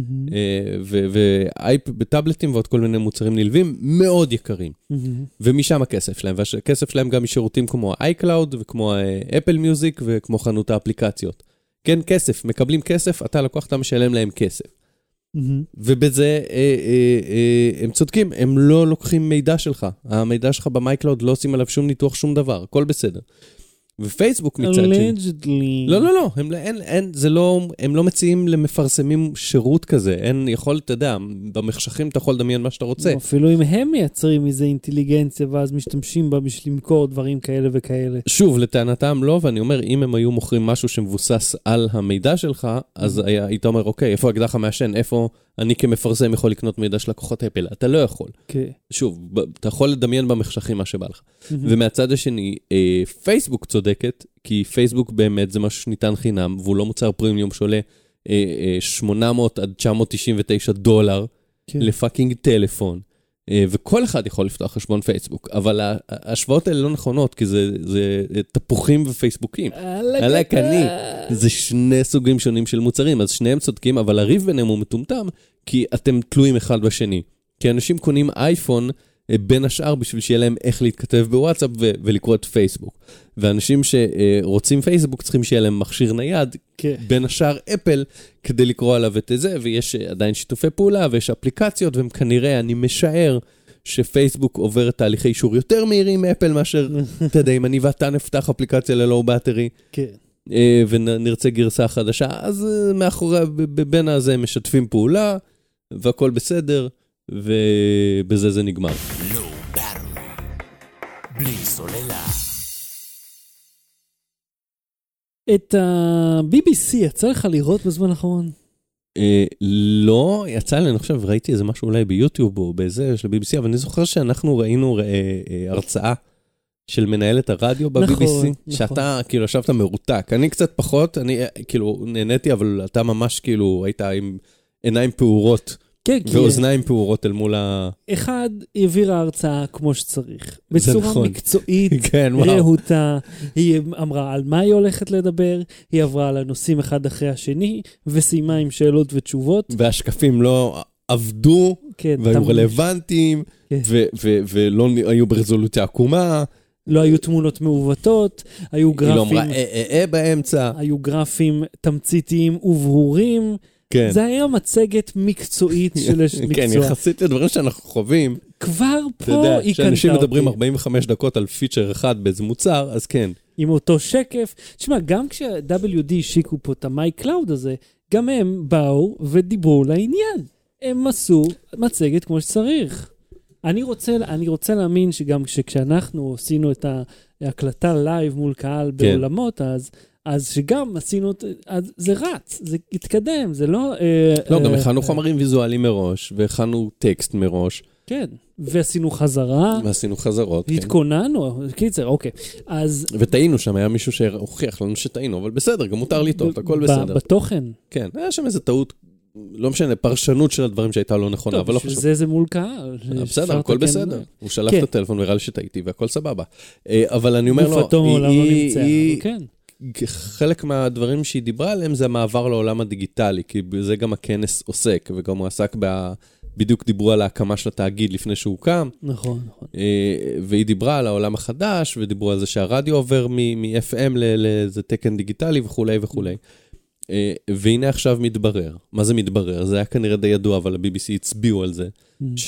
וטאבלטים ועוד כל מיני מוצרים נלווים מאוד יקרים. Mm-hmm. ומשם הכסף שלהם, והכסף שלהם גם משירותים כמו iCloud, וכמו אפל מיוזיק, וכמו חנות האפליקציות. כן, כסף, מקבלים כסף, אתה לקוח, אתה משלם להם כסף. Mm-hmm. ובזה אה, אה, אה, הם צודקים, הם לא לוקחים מידע שלך. המידע שלך במייקלאוד לא עושים עליו שום ניתוח, שום דבר, הכל בסדר. ופייסבוק מצד שני. לא, לא, לא, הם, אין, אין, זה לא, הם לא מציעים למפרסמים שירות כזה. אין יכול, אתה יודע, במחשכים אתה יכול לדמיין מה שאתה רוצה. אפילו אם הם מייצרים איזה אינטליגנציה, ואז משתמשים בה בשביל למכור דברים כאלה וכאלה. שוב, לטענתם לא, ואני אומר, אם הם היו מוכרים משהו שמבוסס על המידע שלך, אז היה, היית אומר, אוקיי, איפה אקדח המעשן? איפה אני כמפרסם יכול לקנות מידע של לקוחות אפל? אתה לא יכול. Okay. שוב, אתה יכול לדמיין במחשכים מה שבא לך. Mm-hmm. ומהצד השני, אה, פייסבוק צודקת, כי פייסבוק באמת זה משהו שניתן חינם, והוא לא מוצר פרימיום שעולה אה, אה, שמונה מאות עד תשע מאות תשעים ותשע דולר okay. לפאקינג טלפון. אה, וכל אחד יכול לפתוח חשבון פייסבוק, אבל ההשוואות האלה לא נכונות, כי זה, זה תפוחים ופייסבוקים. עלק אני. זה שני סוגים שונים של מוצרים, אז שניהם צודקים, אבל הריב ביניהם הוא מטומטם, כי אתם תלויים אחד בשני. כי אנשים קונים אייפון בין השאר בשביל שיהיה להם איך להתכתב בוואטסאפ ו- ולקרוא את פייסבוק. ואנשים שרוצים פייסבוק צריכים שיהיה להם מכשיר נייד, כן. בין השאר אפל, כדי לקרוא עליו את זה, ויש עדיין שיתופי פעולה ויש אפליקציות, והם כנראה, אני משער, שפייסבוק עובר את תהליכי אישור יותר מהירים מאפל מאשר, אתה יודע, אם אני ואתה נפתח אפליקציה ללואו בטרי, כן. ונרצה גרסה חדשה, אז מאחורי, בין הזה משתפים פעולה, והכל בסדר, ובזה זה נגמר. לואו בטרי, בלי סוללה. את ה-בי בי סי יצא לך לראות בזמן האחרון? לא, יצא לי, אני חושב, ראיתי איזה משהו אולי ביוטיוב או באיזה של ה-בי בי סי, אבל אני זוכר שאנחנו ראינו הרצאה של מנהלת הרדיו ב-בי בי סי, נכון, שאתה כאילו ישבת מרותק. אני קצת פחות, אני כאילו נהניתי, אבל אתה ממש כאילו היית עם עיניים פעורות, כן, ואוזניים פעורות אל מול ה... אחד, היא העבירה הרצאה כמו שצריך. בצורה נכון. מקצועית, כן, וואו. רהוטה. היא אמרה על מה היא הולכת לדבר, היא עברה על הנושאים אחד אחרי השני, וסיימה עם שאלות ותשובות. והשקפים לא עבדו, כן, והיו תמיד. רלוונטיים, כן. ו- ו- ולא היו ברזולוציה עקומה. לא היו תמונות מעוותות, היו היא לא גרפים, אמרה אה אה אה באמצע. היו גרפים תמציתיים וברורים. כן. זה היה מצגת מקצועית של אשת מקצוע. כן, יחסית לדברים שאנחנו חווים. כבר אתה פה יודע, היא קנתה שאנשים מדברים אותי. ארבעים וחמש דקות על פיצ'ר אחד באיזה מוצר, אז כן. עם אותו שקף. תשמע, גם כש-דאבליו די השיקו פה את ה-My Cloud הזה, גם הם באו ודיברו לעניין. הם עשו מצגת כמו שצריך. אני רוצה, אני רוצה להאמין שגם כשאנחנו עשינו את ההקלטה לייב מול קהל כן. בעולמות, אז, אז שגם עשינו, אז זה רץ, זה התקדם, זה לא... לא, אה, גם אה, הכנו אה, חומרים ויזואליים מראש, והכנו טקסט מראש, כן, ועשינו חזרה, ועשינו חזרות, כן. התכוננו, קיצר, אוקיי. אז... וטעינו שם, היה מישהו שהוכיח לנו שטעינו, אבל בסדר, גם מותר לטעות, הכל ב- בסדר. בתוכן. כן, היה שם איזו טעות, לא משנה, פרשנות של הדברים שהייתה לא נכונה, אבל לא טוב, חשוב. זה זה מול קהל. בסדר, אפשר הכל לתקן. בסדר. הוא שלח כן. את הטלפון וראה לי שטעיתי, והכל סבבה. אה, אבל אני אומר לו, גופתו מעולם לא היא- נמצאה, היא- אבל כן. חלק מהדברים שהיא דיברה עליהם זה המעבר לעולם הדיגיטלי, כי בזה גם הכנס עוסק, וגם הוא עסק ב... בדיוק דיברו על ההקמה של התאגיד לפני שהוא קם, נכון, נכון. אה, והיא דיברה על העולם החדש, ודיברו על זה שהרדיו עובר מ-אף אם לאיזה תקן דיגיטלי וכולי וכולי. אה, והנה עכשיו מתברר. מה זה מתברר? זה היה כנראה די ידוע, אבל ה-בי בי סי הצביעו על זה,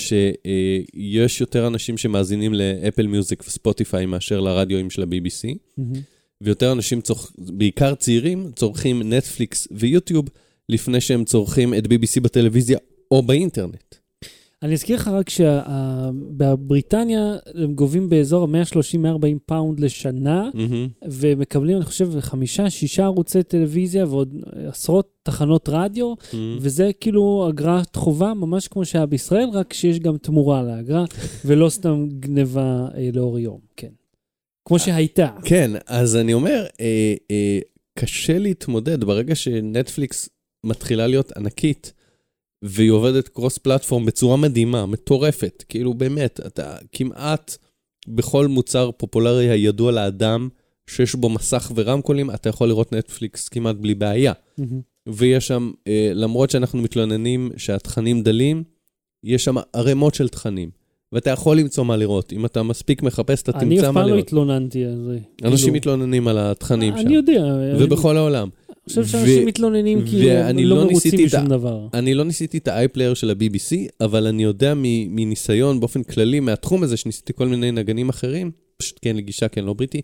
שיש יותר אנשים שמאזינים לאפל מיוזיק וספוטיפיי מאשר לרדיואים של ה-בי בי סי, ויותר אנשים, צורך, בעיקר צעירים, צורכים נטפליקס ויוטיוב, לפני שהם צורכים את בי בי סי בטלוויזיה או באינטרנט. אני אזכיר לך רק שבבריטניה הם גובים באזור מאה שלושים עד מאה וארבעים פאונד לשנה, ומקבלים, אני חושב, חמישה, שישה ערוצי טלוויזיה ועוד עשרות תחנות רדיו, וזה כאילו אגרת חובה, ממש כמו שהיה בישראל, רק שיש גם תמורה לאגרה, ולא סתם גניבה אה, לאור יום, כן. כמו שהייתה. כן, אז אני אומר, אה, אה, קשה להתמודד ברגע שנטפליקס מתחילה להיות ענקית, והיא עובדת קרוס פלטפורם בצורה מדהימה, מטורפת, כאילו באמת, אתה כמעט בכל מוצר פופולרי הידוע לאדם, שיש בו מסך ורמקולים, אתה יכול לראות נטפליקס כמעט בלי בעיה. ויש שם, אה, למרות שאנחנו מתלוננים שהתכנים דלים, יש שם ערימות של תכנים. ואתה יכול למצוא מה לראות. אם אתה מספיק מחפש, אתה אני תמצא אף מה פעם לא לראות. התלוננתי על זה. אנשים כאילו, מתלוננים על התכנים שם. אני יודע. ובכל העולם. אני חושב שאנשים מתלוננים כאילו ואני לא לא מרוצים ניסיתי את משום ה- דבר. אני לא ניסיתי את ה-iPlayer של ה-בי בי סי, אבל אני יודע מ- מניסיון באופן כללי מהתחום הזה, שניסיתי כל מיני נגנים אחרים, פשוט כן לגישה, כן לא בריטי,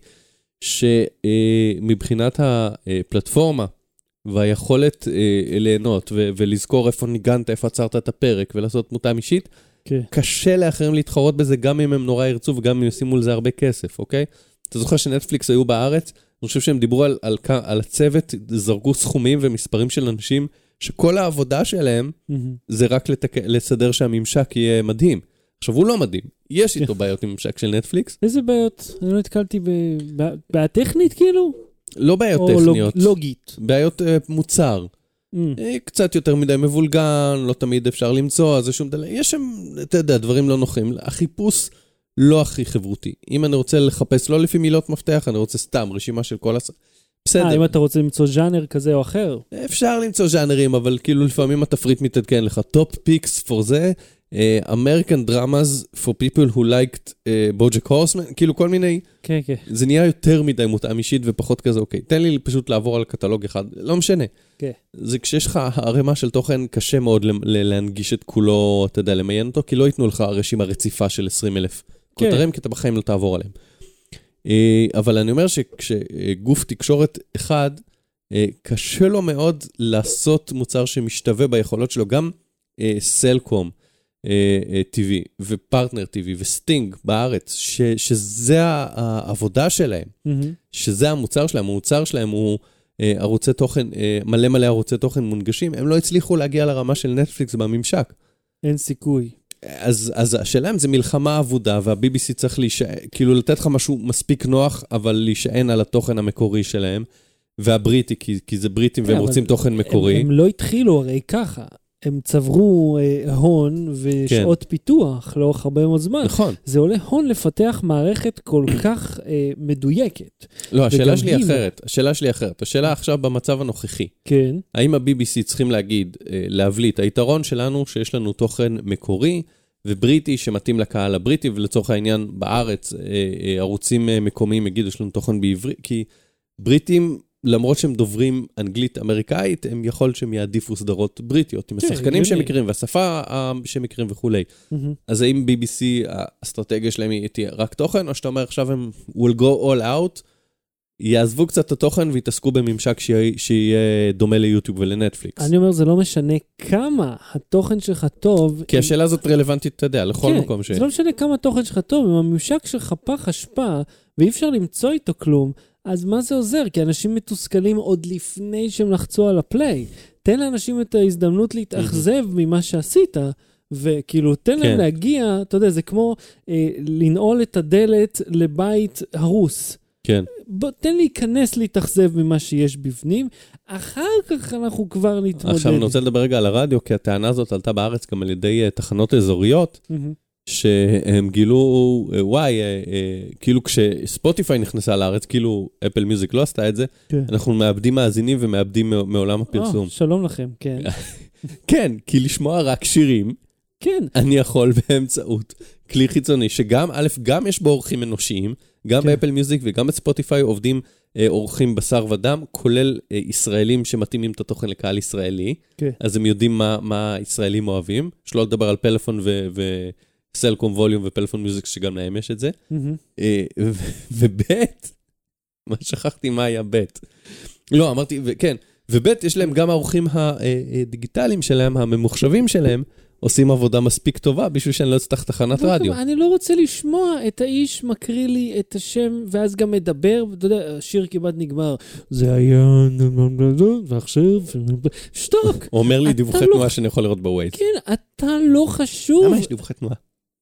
שמבחינת הפלטפורמה והיכולת אה, ליהנות ו- ולזכור איפה ניגנת, איפה עצרת את הפרק ולעשות מותאם אישית, כן. קשה לאחרים להתחרות בזה, גם אם הם נורא ירצו וגם אם ישימו לזה הרבה כסף, אוקיי? אתה זוכר שנטפליקס היו בארץ? אני חושב שהם דיברו על, על, על הצוות, זרקו סכומים ומספרים של אנשים, שכל העבודה שלהם זה רק לתק... לסדר שהממשק יהיה מדהים. עכשיו, הוא לא מדהים. יש איתו בעיות עם ממשק של נטפליקס. איזה בעיות? אני לא התקלתי בבעיה טכנית כאילו? לא בעיות או טכניות. לוגית? בעיות uh, מוצר. קצת יותר מדי מבולגן, לא תמיד אפשר למצוא, זה שום דבר. יש שם, אתה יודע, דברים לא נוחים. החיפוש לא הכי חברותי. אם אני רוצה לחפש, לא לפי מילות מפתח, אני רוצה סתם רשימה של כל הס... בסדר. אה, אם אתה רוצה למצוא ז'אנר כזה או אחר? אפשר למצוא ז'אנרים, אבל כאילו לפעמים התפריט מתעדכן לך. טופ פיקס for זה, uh, American dramas for people who liked uh, Bojack Horseman, כאילו כל מיני... כן, כן. זה נהיה יותר מדי מותאם אישית ופחות כזה, אוקיי. תן לי פשוט לעבור על קטלוג אחד, לא משנה. כן. זה כשיש לך הרמה של תוכן, קשה מאוד להנגיש את כולו, אתה יודע, למיין אותו, כי לא ייתנו לך רשימה רציפה של עשרים אלף כותרים, כי אתה בחיים לא תעבור עליהם. אבל אני אומר שכשגוף תקשורת אחד, קשה לו מאוד לעשות מוצר שמשתווה ביכולות שלו, גם סלקום טי וי ופרטנר טי וי וסטינג בארץ, שזה העבודה שלהם, שזה המוצר שלהם, המוצר שלהם הוא ערוצי תוכן, מלא מלא ערוצי תוכן מונגשים, הם לא הצליחו להגיע לרמה של נטפליקס בממשק. אין סיכוי. אז, אז השאלה אם זה מלחמה עבודה, וה-בי בי סי צריך להישען, כאילו לתת לך משהו מספיק נוח, אבל להישען על התוכן המקורי שלהם, והבריטי, כי, כי זה בריטים והם רוצים תוכן מקורי. הם, הם לא התחילו הרי ככה. הם צברו אה, הון ושעות כן. פיתוח לאורך הרבה מאוד זמן. נכון. זה עולה הון לפתח מערכת כל כך אה, מדויקת. לא, השאלה שלי אחרת. השאלה שלי אחרת. השאלה עכשיו במצב הנוכחי. כן. האם ה-בי בי סי צריכים להגיד, אה, להבליט, היתרון שלנו שיש לנו תוכן מקורי ובריטי שמתאים לקהל הבריטי, ולצורך העניין בארץ אה, אה, ערוצים אה, מקומיים יגידו, יש לנו תוכן בעברי, כי בריטים למרות שהם דוברים אנגלית אמריקאית, הם יכול שהם יעדיפו סדרות בריטיות, עם השחקנים שהם מכירים, והשפה שהם מכירים וכולי. אז האם בי בי סי, האסטרטגיה שלהם היא תהיה רק תוכן, או שאתה אומר עכשיו הם will go all out, יעזבו קצת את התוכן ויתעסקו בממשק שיהיה דומה ליוטיוב ולנטפליקס. אני אומר, זה לא משנה כמה התוכן שלך טוב. כי השאלה הזאת רלוונטית, אתה יודע, לכל מקום ש... זה לא משנה כמה התוכן שלך טוב, אם הממשק שלך פח השפעה, ואי אפשר למצוא איתו כלום, אז מה זה עוזר? כי אנשים מתוסכלים עוד לפני שהם לחצו על הפליי. תן לאנשים את ההזדמנות להתאכזב ממה שעשית, וכאילו תן להם להגיע, אתה יודע, זה כמו אה, לנעול את הדלת לבית הרוס. כן. בוא, תן להיכנס להתאכזב ממה שיש בפנים, אחר כך אנחנו כבר נתמודד. עכשיו אני רוצה לדבר רגע על הרדיו, כי הטענה הזאת עלתה בארץ גם על ידי תחנות אזוריות, mm-hmm. שהם גילו, וואי, כאילו כשספוטיפיי נכנסה לארץ, כאילו אפל מיוזיק לא עשתה את זה, אנחנו מאבדים מאזינים ומאבדים מעולם הפרסום. שלום לכם, כן. כן, כי לשמוע רק שירים, אני יכול באמצעות כלי חיצוני, שגם, א', גם יש בו אורחים אנושיים, גם באפל מיוזיק וגם בספוטיפיי עובדים אורחים בשר ודם, כולל ישראלים שמתאימים את התוכן לקהל ישראלי, אז הם יודעים מה ישראלים אוהבים, שלא לדבר על פלאפון ו... סלקום ווליום ופלאפון מיוזיק, שגם להם יש את זה. ובית, מה שכחתי מה היה בית. לא, אמרתי, כן, ובית יש להם גם האורחים הדיגיטליים שלהם, הממוחשבים שלהם, עושים עבודה מספיק טובה, בשביל שאני לא אצטרך תחנת רדיו. אני לא רוצה לשמוע את האיש מקריא לי את השם, ואז גם מדבר, ואתה יודע, השיר כמעט נגמר, זה היה, ועכשיו, שתוק. הוא אומר לי דיווחי תנועה שאני יכול לראות בווייז. כן, אתה לא חשוב. למה יש דיווחי תנועה?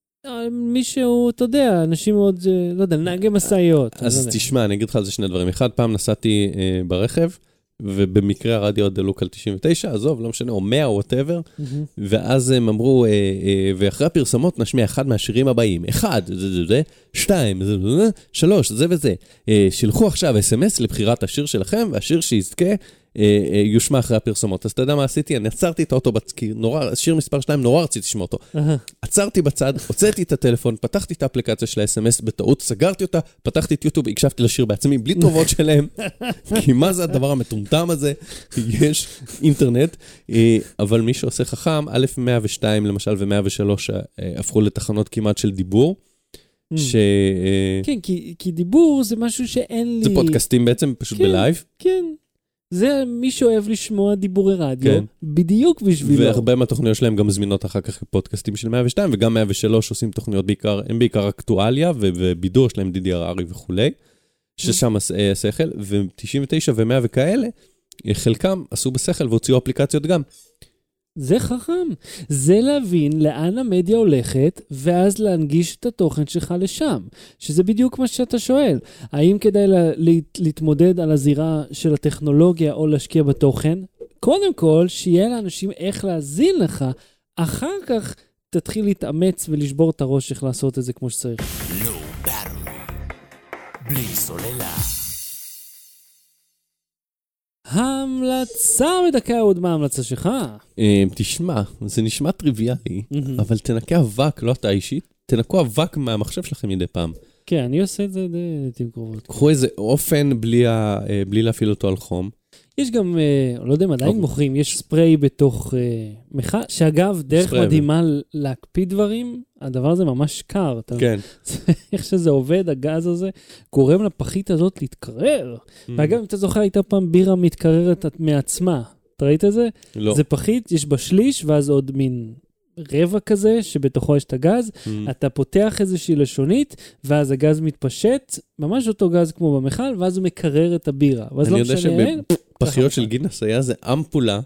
מישהו, אתה יודע, אנשים מאוד, לא יודע, נהגי מסעיות. אז תשמע, אני אגיד לך על זה שני דברים. אחד, פעם נסעתי ברכב, ובמקרה הרדיו דלוק על תשעים ותשע, עזוב, לא משנה, או מאה או whatever, ואז הם אמרו, ואחרי הפרסמות נשמיע אחד מהשירים הבאים, אחד, זה זה זה, שתיים, זה זה, שלוש, זה וזה. שלחו עכשיו אס אם אס לבחירת השיר שלכם, והשיר שיזכה יושמע אחרי הפרסומות. אז אתה יודע מה עשיתי? אני עצרתי את האוטו, כי שיר מספר שתיים, נורא רציתי לשמוע אותו. עצרתי בצד, הוצאתי את הטלפון, פתחתי את האפליקציה של ה-אס אם אס בטעות, סגרתי אותה, פתחתי את יוטיוב, הקשבתי לשיר בעצמי, בלי טובות שלהם, כי מה זה הדבר המטומטם הזה? יש אינטרנט, אבל מי שעושה חכם, א' מאה ושתיים למשל ו-מאה ושלוש הפכו לתחנות כמעט של דיבור, ש... כן, כי דיבור זה משהו שאין לי... זה פודקאסטים בעצם, פשוט בלייב. כן. זה מי שאוהב לשמוע דיבורי רדיו, כן. בדיוק בשבילו. והרבה מהתוכניות שלהם גם זמינות אחר כך פודקאסטים של מאה ושתיים, וגם מאה ושלוש עושים תוכניות בעיקר, הם בעיקר אקטואליה, ובידור שלהם די די אר אר וכולי, ששם השכל, ו-תשעים ותשע ו-מאה וכאלה, חלקם עשו בשכל והוציאו אפליקציות גם. זה חכם. זה להבין לאן המדיה הולכת, ואז להנגיש את התוכן שלך לשם. שזה בדיוק מה שאתה שואל. האם כדאי לה, להתמודד על הזירה של הטכנולוגיה או להשקיע בתוכן? קודם כל, שיהיה לאנשים איך להזין לך, אחר כך תתחיל להתאמץ ולשבור את הראש איך לעשות את זה כמו שצריך. לא ברור. בלי סוללה. המלצה בדקה עוד מה ההמלצה שלך? תשמע, זה נשמע טריוויאלי, אבל תנקה אבק, לא אתה אישית, תנקו אבק מהמחשב שלכם מדי פעם. כן, אני עושה את זה לעתים קרובות. קחו איזה אופן בלי להפעיל אותו על חום. יש גם, לא יודע, עדיין מוכרים, יש ספרי בתוך מחה, שאגב, דרך מדהימה להקפיד דברים, הדבר הזה ממש קר. כן. איך שזה עובד, הגז הזה, גורם לפחית הזאת להתקרר. ואגב, אם אתה זוכר, הייתה פעם בירה מתקררת מעצמה. אתה ראית את זה? לא. זה פחית, יש בה שליש, ואז עוד מין רבע כזה, שבתוכו יש את הגז, אתה פותח איזושהי לשונית, ואז הגז מתפשט, ממש אותו גז כמו במחל, ואז הוא מקרר את הבירה. אני יודע שבפחיות של גינס היה זה אמפולה,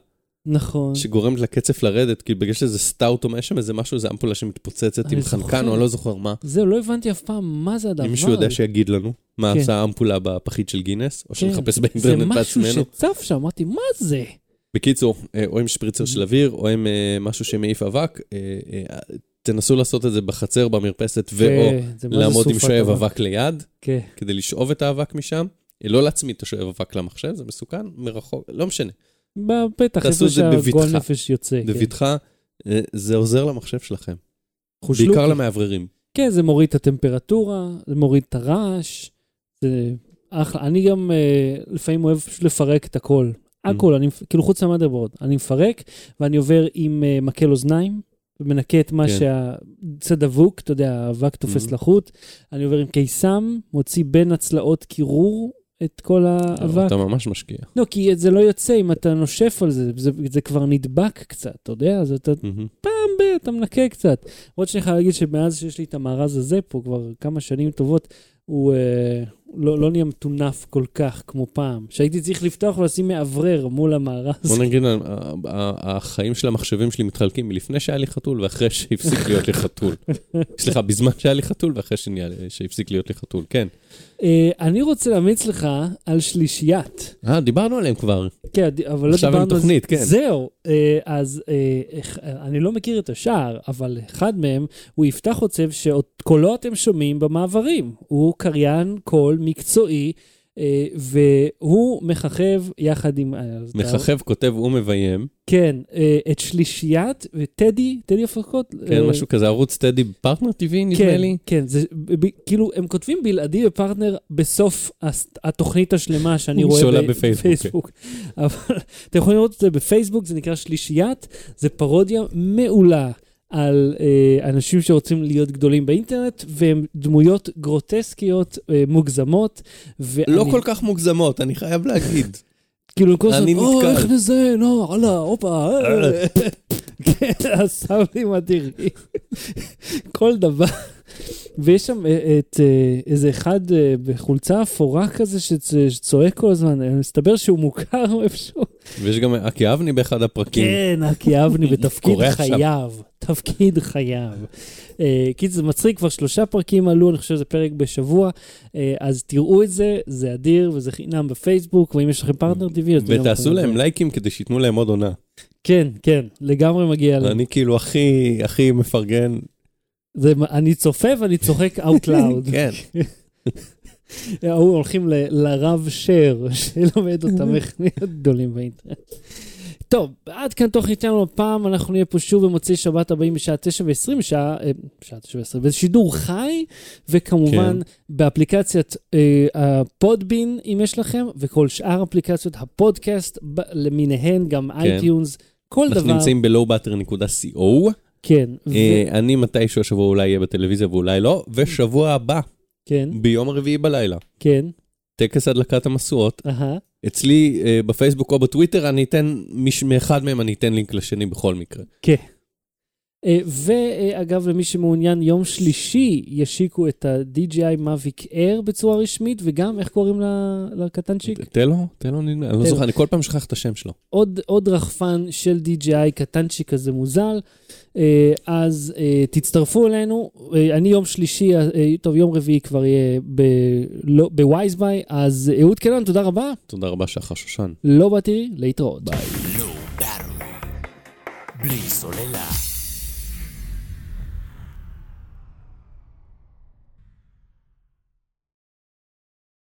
נכון. שגורמת לקצף לרדת, כי בגלל שזה סטאוט או משהו, זה משהו, זה אמפולה שמתפוצצת עם חנקן, או אני לא זוכר מה. זהו, לא הבנתי אף פעם מה זה הדבר. אם מישהו יודע שיגיד לנו, מה עשה האמפולה בפחית של גינס, או שנחפש באינטרנט בעצמנו. זה משהו שצף שם, אמרתי, מה זה? בקיצור, או עם שפריצר של אוויר, או עם משהו שמעיף אבק, תנסו לעשות את זה בחצר, במרפסת, ואו לעמוד עם שואב אבק ליד, כדי לשאוב את האבק משם, לא להצמיד את השואב אבק למחשב, זה מסוכן, מרחוק, לא משנה. בטח, איפה שהגועל נפש יוצא. בביטחה, זה עוזר למחשב שלכם. בעיקר למעבררים. כן, זה מוריד את הטמפרטורה, זה מוריד את הרעש, זה אחלה. אני גם לפעמים אוהב פשוט לפרק את הכל. הכל, אני, כאילו חוץ מהמאדרבורד, אני מפרק, ואני עובר עם uh, מקל אוזניים, ומנקה את מה כן. שהצד דבוק, אתה יודע, האבק תופס mm-hmm. לחוט, אני עובר עם קיסם, מוציא בין הצלעות קירור את כל האבק. אתה ממש משקיע. לא, כי זה לא יוצא אם אתה נושף על זה, זה, זה כבר נדבק קצת, אתה יודע, אז אתה mm-hmm. פעם ב, אתה מנקה קצת. עוד שאני חייב להגיד שמאז שיש לי את המארז הזה פה, כבר כמה שנים טובות, הוא אה, לא, לא נהיה מטונף כל כך כמו פעם. שהייתי צריך לפתוח ולשים מעברר מול המארז. בוא נגיד, החיים של המחשבים שלי מתחלקים מלפני שהיה לי חתול ואחרי שהפסיק להיות לי חתול. סליחה, בזמן שהיה לי חתול ואחרי שהפסיק להיות לי חתול, כן. אה, אני רוצה להמיץ לך על שלישיית. אה, דיברנו עליהם כבר. כן, אבל לא דיברנו על... עכשיו עם תוכנית, כן. זהו, אה, אז אה, אני לא מכיר את השאר, אבל אחד מהם, הוא יפתח עוצב שקולו אתם שומעים במעברים. הוא קריין קול מקצועי, והוא מחכב יחד עם... מחכב, כותב ומביים. כן, את שלישיית, וטדי, טדי הפקות. כן, משהו כזה, ערוץ טדי פרטנר טבעי, נדמה לי. כן, זה, כאילו, הם כותבים בלעדי בפרטנר בסוף התוכנית השלמה שאני רואה בפייסבוק. אבל אתם יכולים לראות את זה בפייסבוק, זה נקרא שלישיית, זה פרודיה מעולה. על אה, אנשים שרוצים להיות גדולים באינטרנט, והם דמויות גרוטסקיות, אה, מוגזמות. ואני... לא כל כך מוגזמות, אני חייב להגיד. כאילו, כל הזמן, או, איך נזה, נו, עלה, אופה, כן, הסאבים אדירים. כל דבר. ויש שם את איזה אחד בחולצה אפורה כזה שצועק כל הזמן, מסתבר שהוא מוכר איפשהו. ויש גם אקי אבני באחד הפרקים. כן, אקי אבני בתפקיד חייו. תפקיד חייו. כי זה מצחיק, כבר שלושה פרקים עלו, אני חושב שזה פרק בשבוע, אז תראו את זה, זה אדיר וזה חינם בפייסבוק, ואם יש לכם פרטנר טבעי, ותעשו להם לייקים כדי שיתנו להם עוד עונה. כן, כן, לגמרי מגיע להם. אני כאילו הכי, הכי מפרגן. זה, אני צופה ואני צוחק out loud. כן. הולכים לרב שר, שלומד אותם איך להיות גדולים באינטרנט. טוב, עד כאן תוכנית שלנו הפעם, אנחנו נהיה פה שוב במוצאי שבת הבאים בשעה תשע ועשרים, בשעה, בשעה תשע ועשרים, בשידור חי, וכמובן כן. באפליקציית אה, הפודבין, אם יש לכם, וכל שאר אפליקציות הפודקאסט, למיניהן, גם כן. אייטיונס, כל אנחנו דבר. אנחנו נמצאים ב-לואו באטר נקודה סי או. כן. ו... אני מתישהו השבוע אולי יהיה בטלוויזיה ואולי לא, ושבוע הבא, כן. ביום הרביעי בלילה. כן. טקס הדלקת המשואות. אהה. אצלי uh, בפייסבוק או בטוויטר, אני אתן, מש, מאחד מהם אני אתן לינק לשני בכל מקרה. כן. Uh, ואגב, למי שמעוניין, יום שלישי ישיקו את ה-די ג'יי איי Mavic Air בצורה רשמית, וגם, איך קוראים לקטנצ'יק? תלו, תלו נדמה, אני לא זוכר, אני כל פעם שכח את השם שלו. עוד, עוד רחפן של די ג'יי איי, קטנצ'יק כזה מוזל, uh, אז uh, תצטרפו אלינו, uh, אני יום שלישי, uh, טוב, יום רביעי כבר יהיה בווייזביי, אז אהוד קלן, תודה רבה. תודה רבה שחר שושן. לא באתי, להתראות. ביי. בלי סוללה.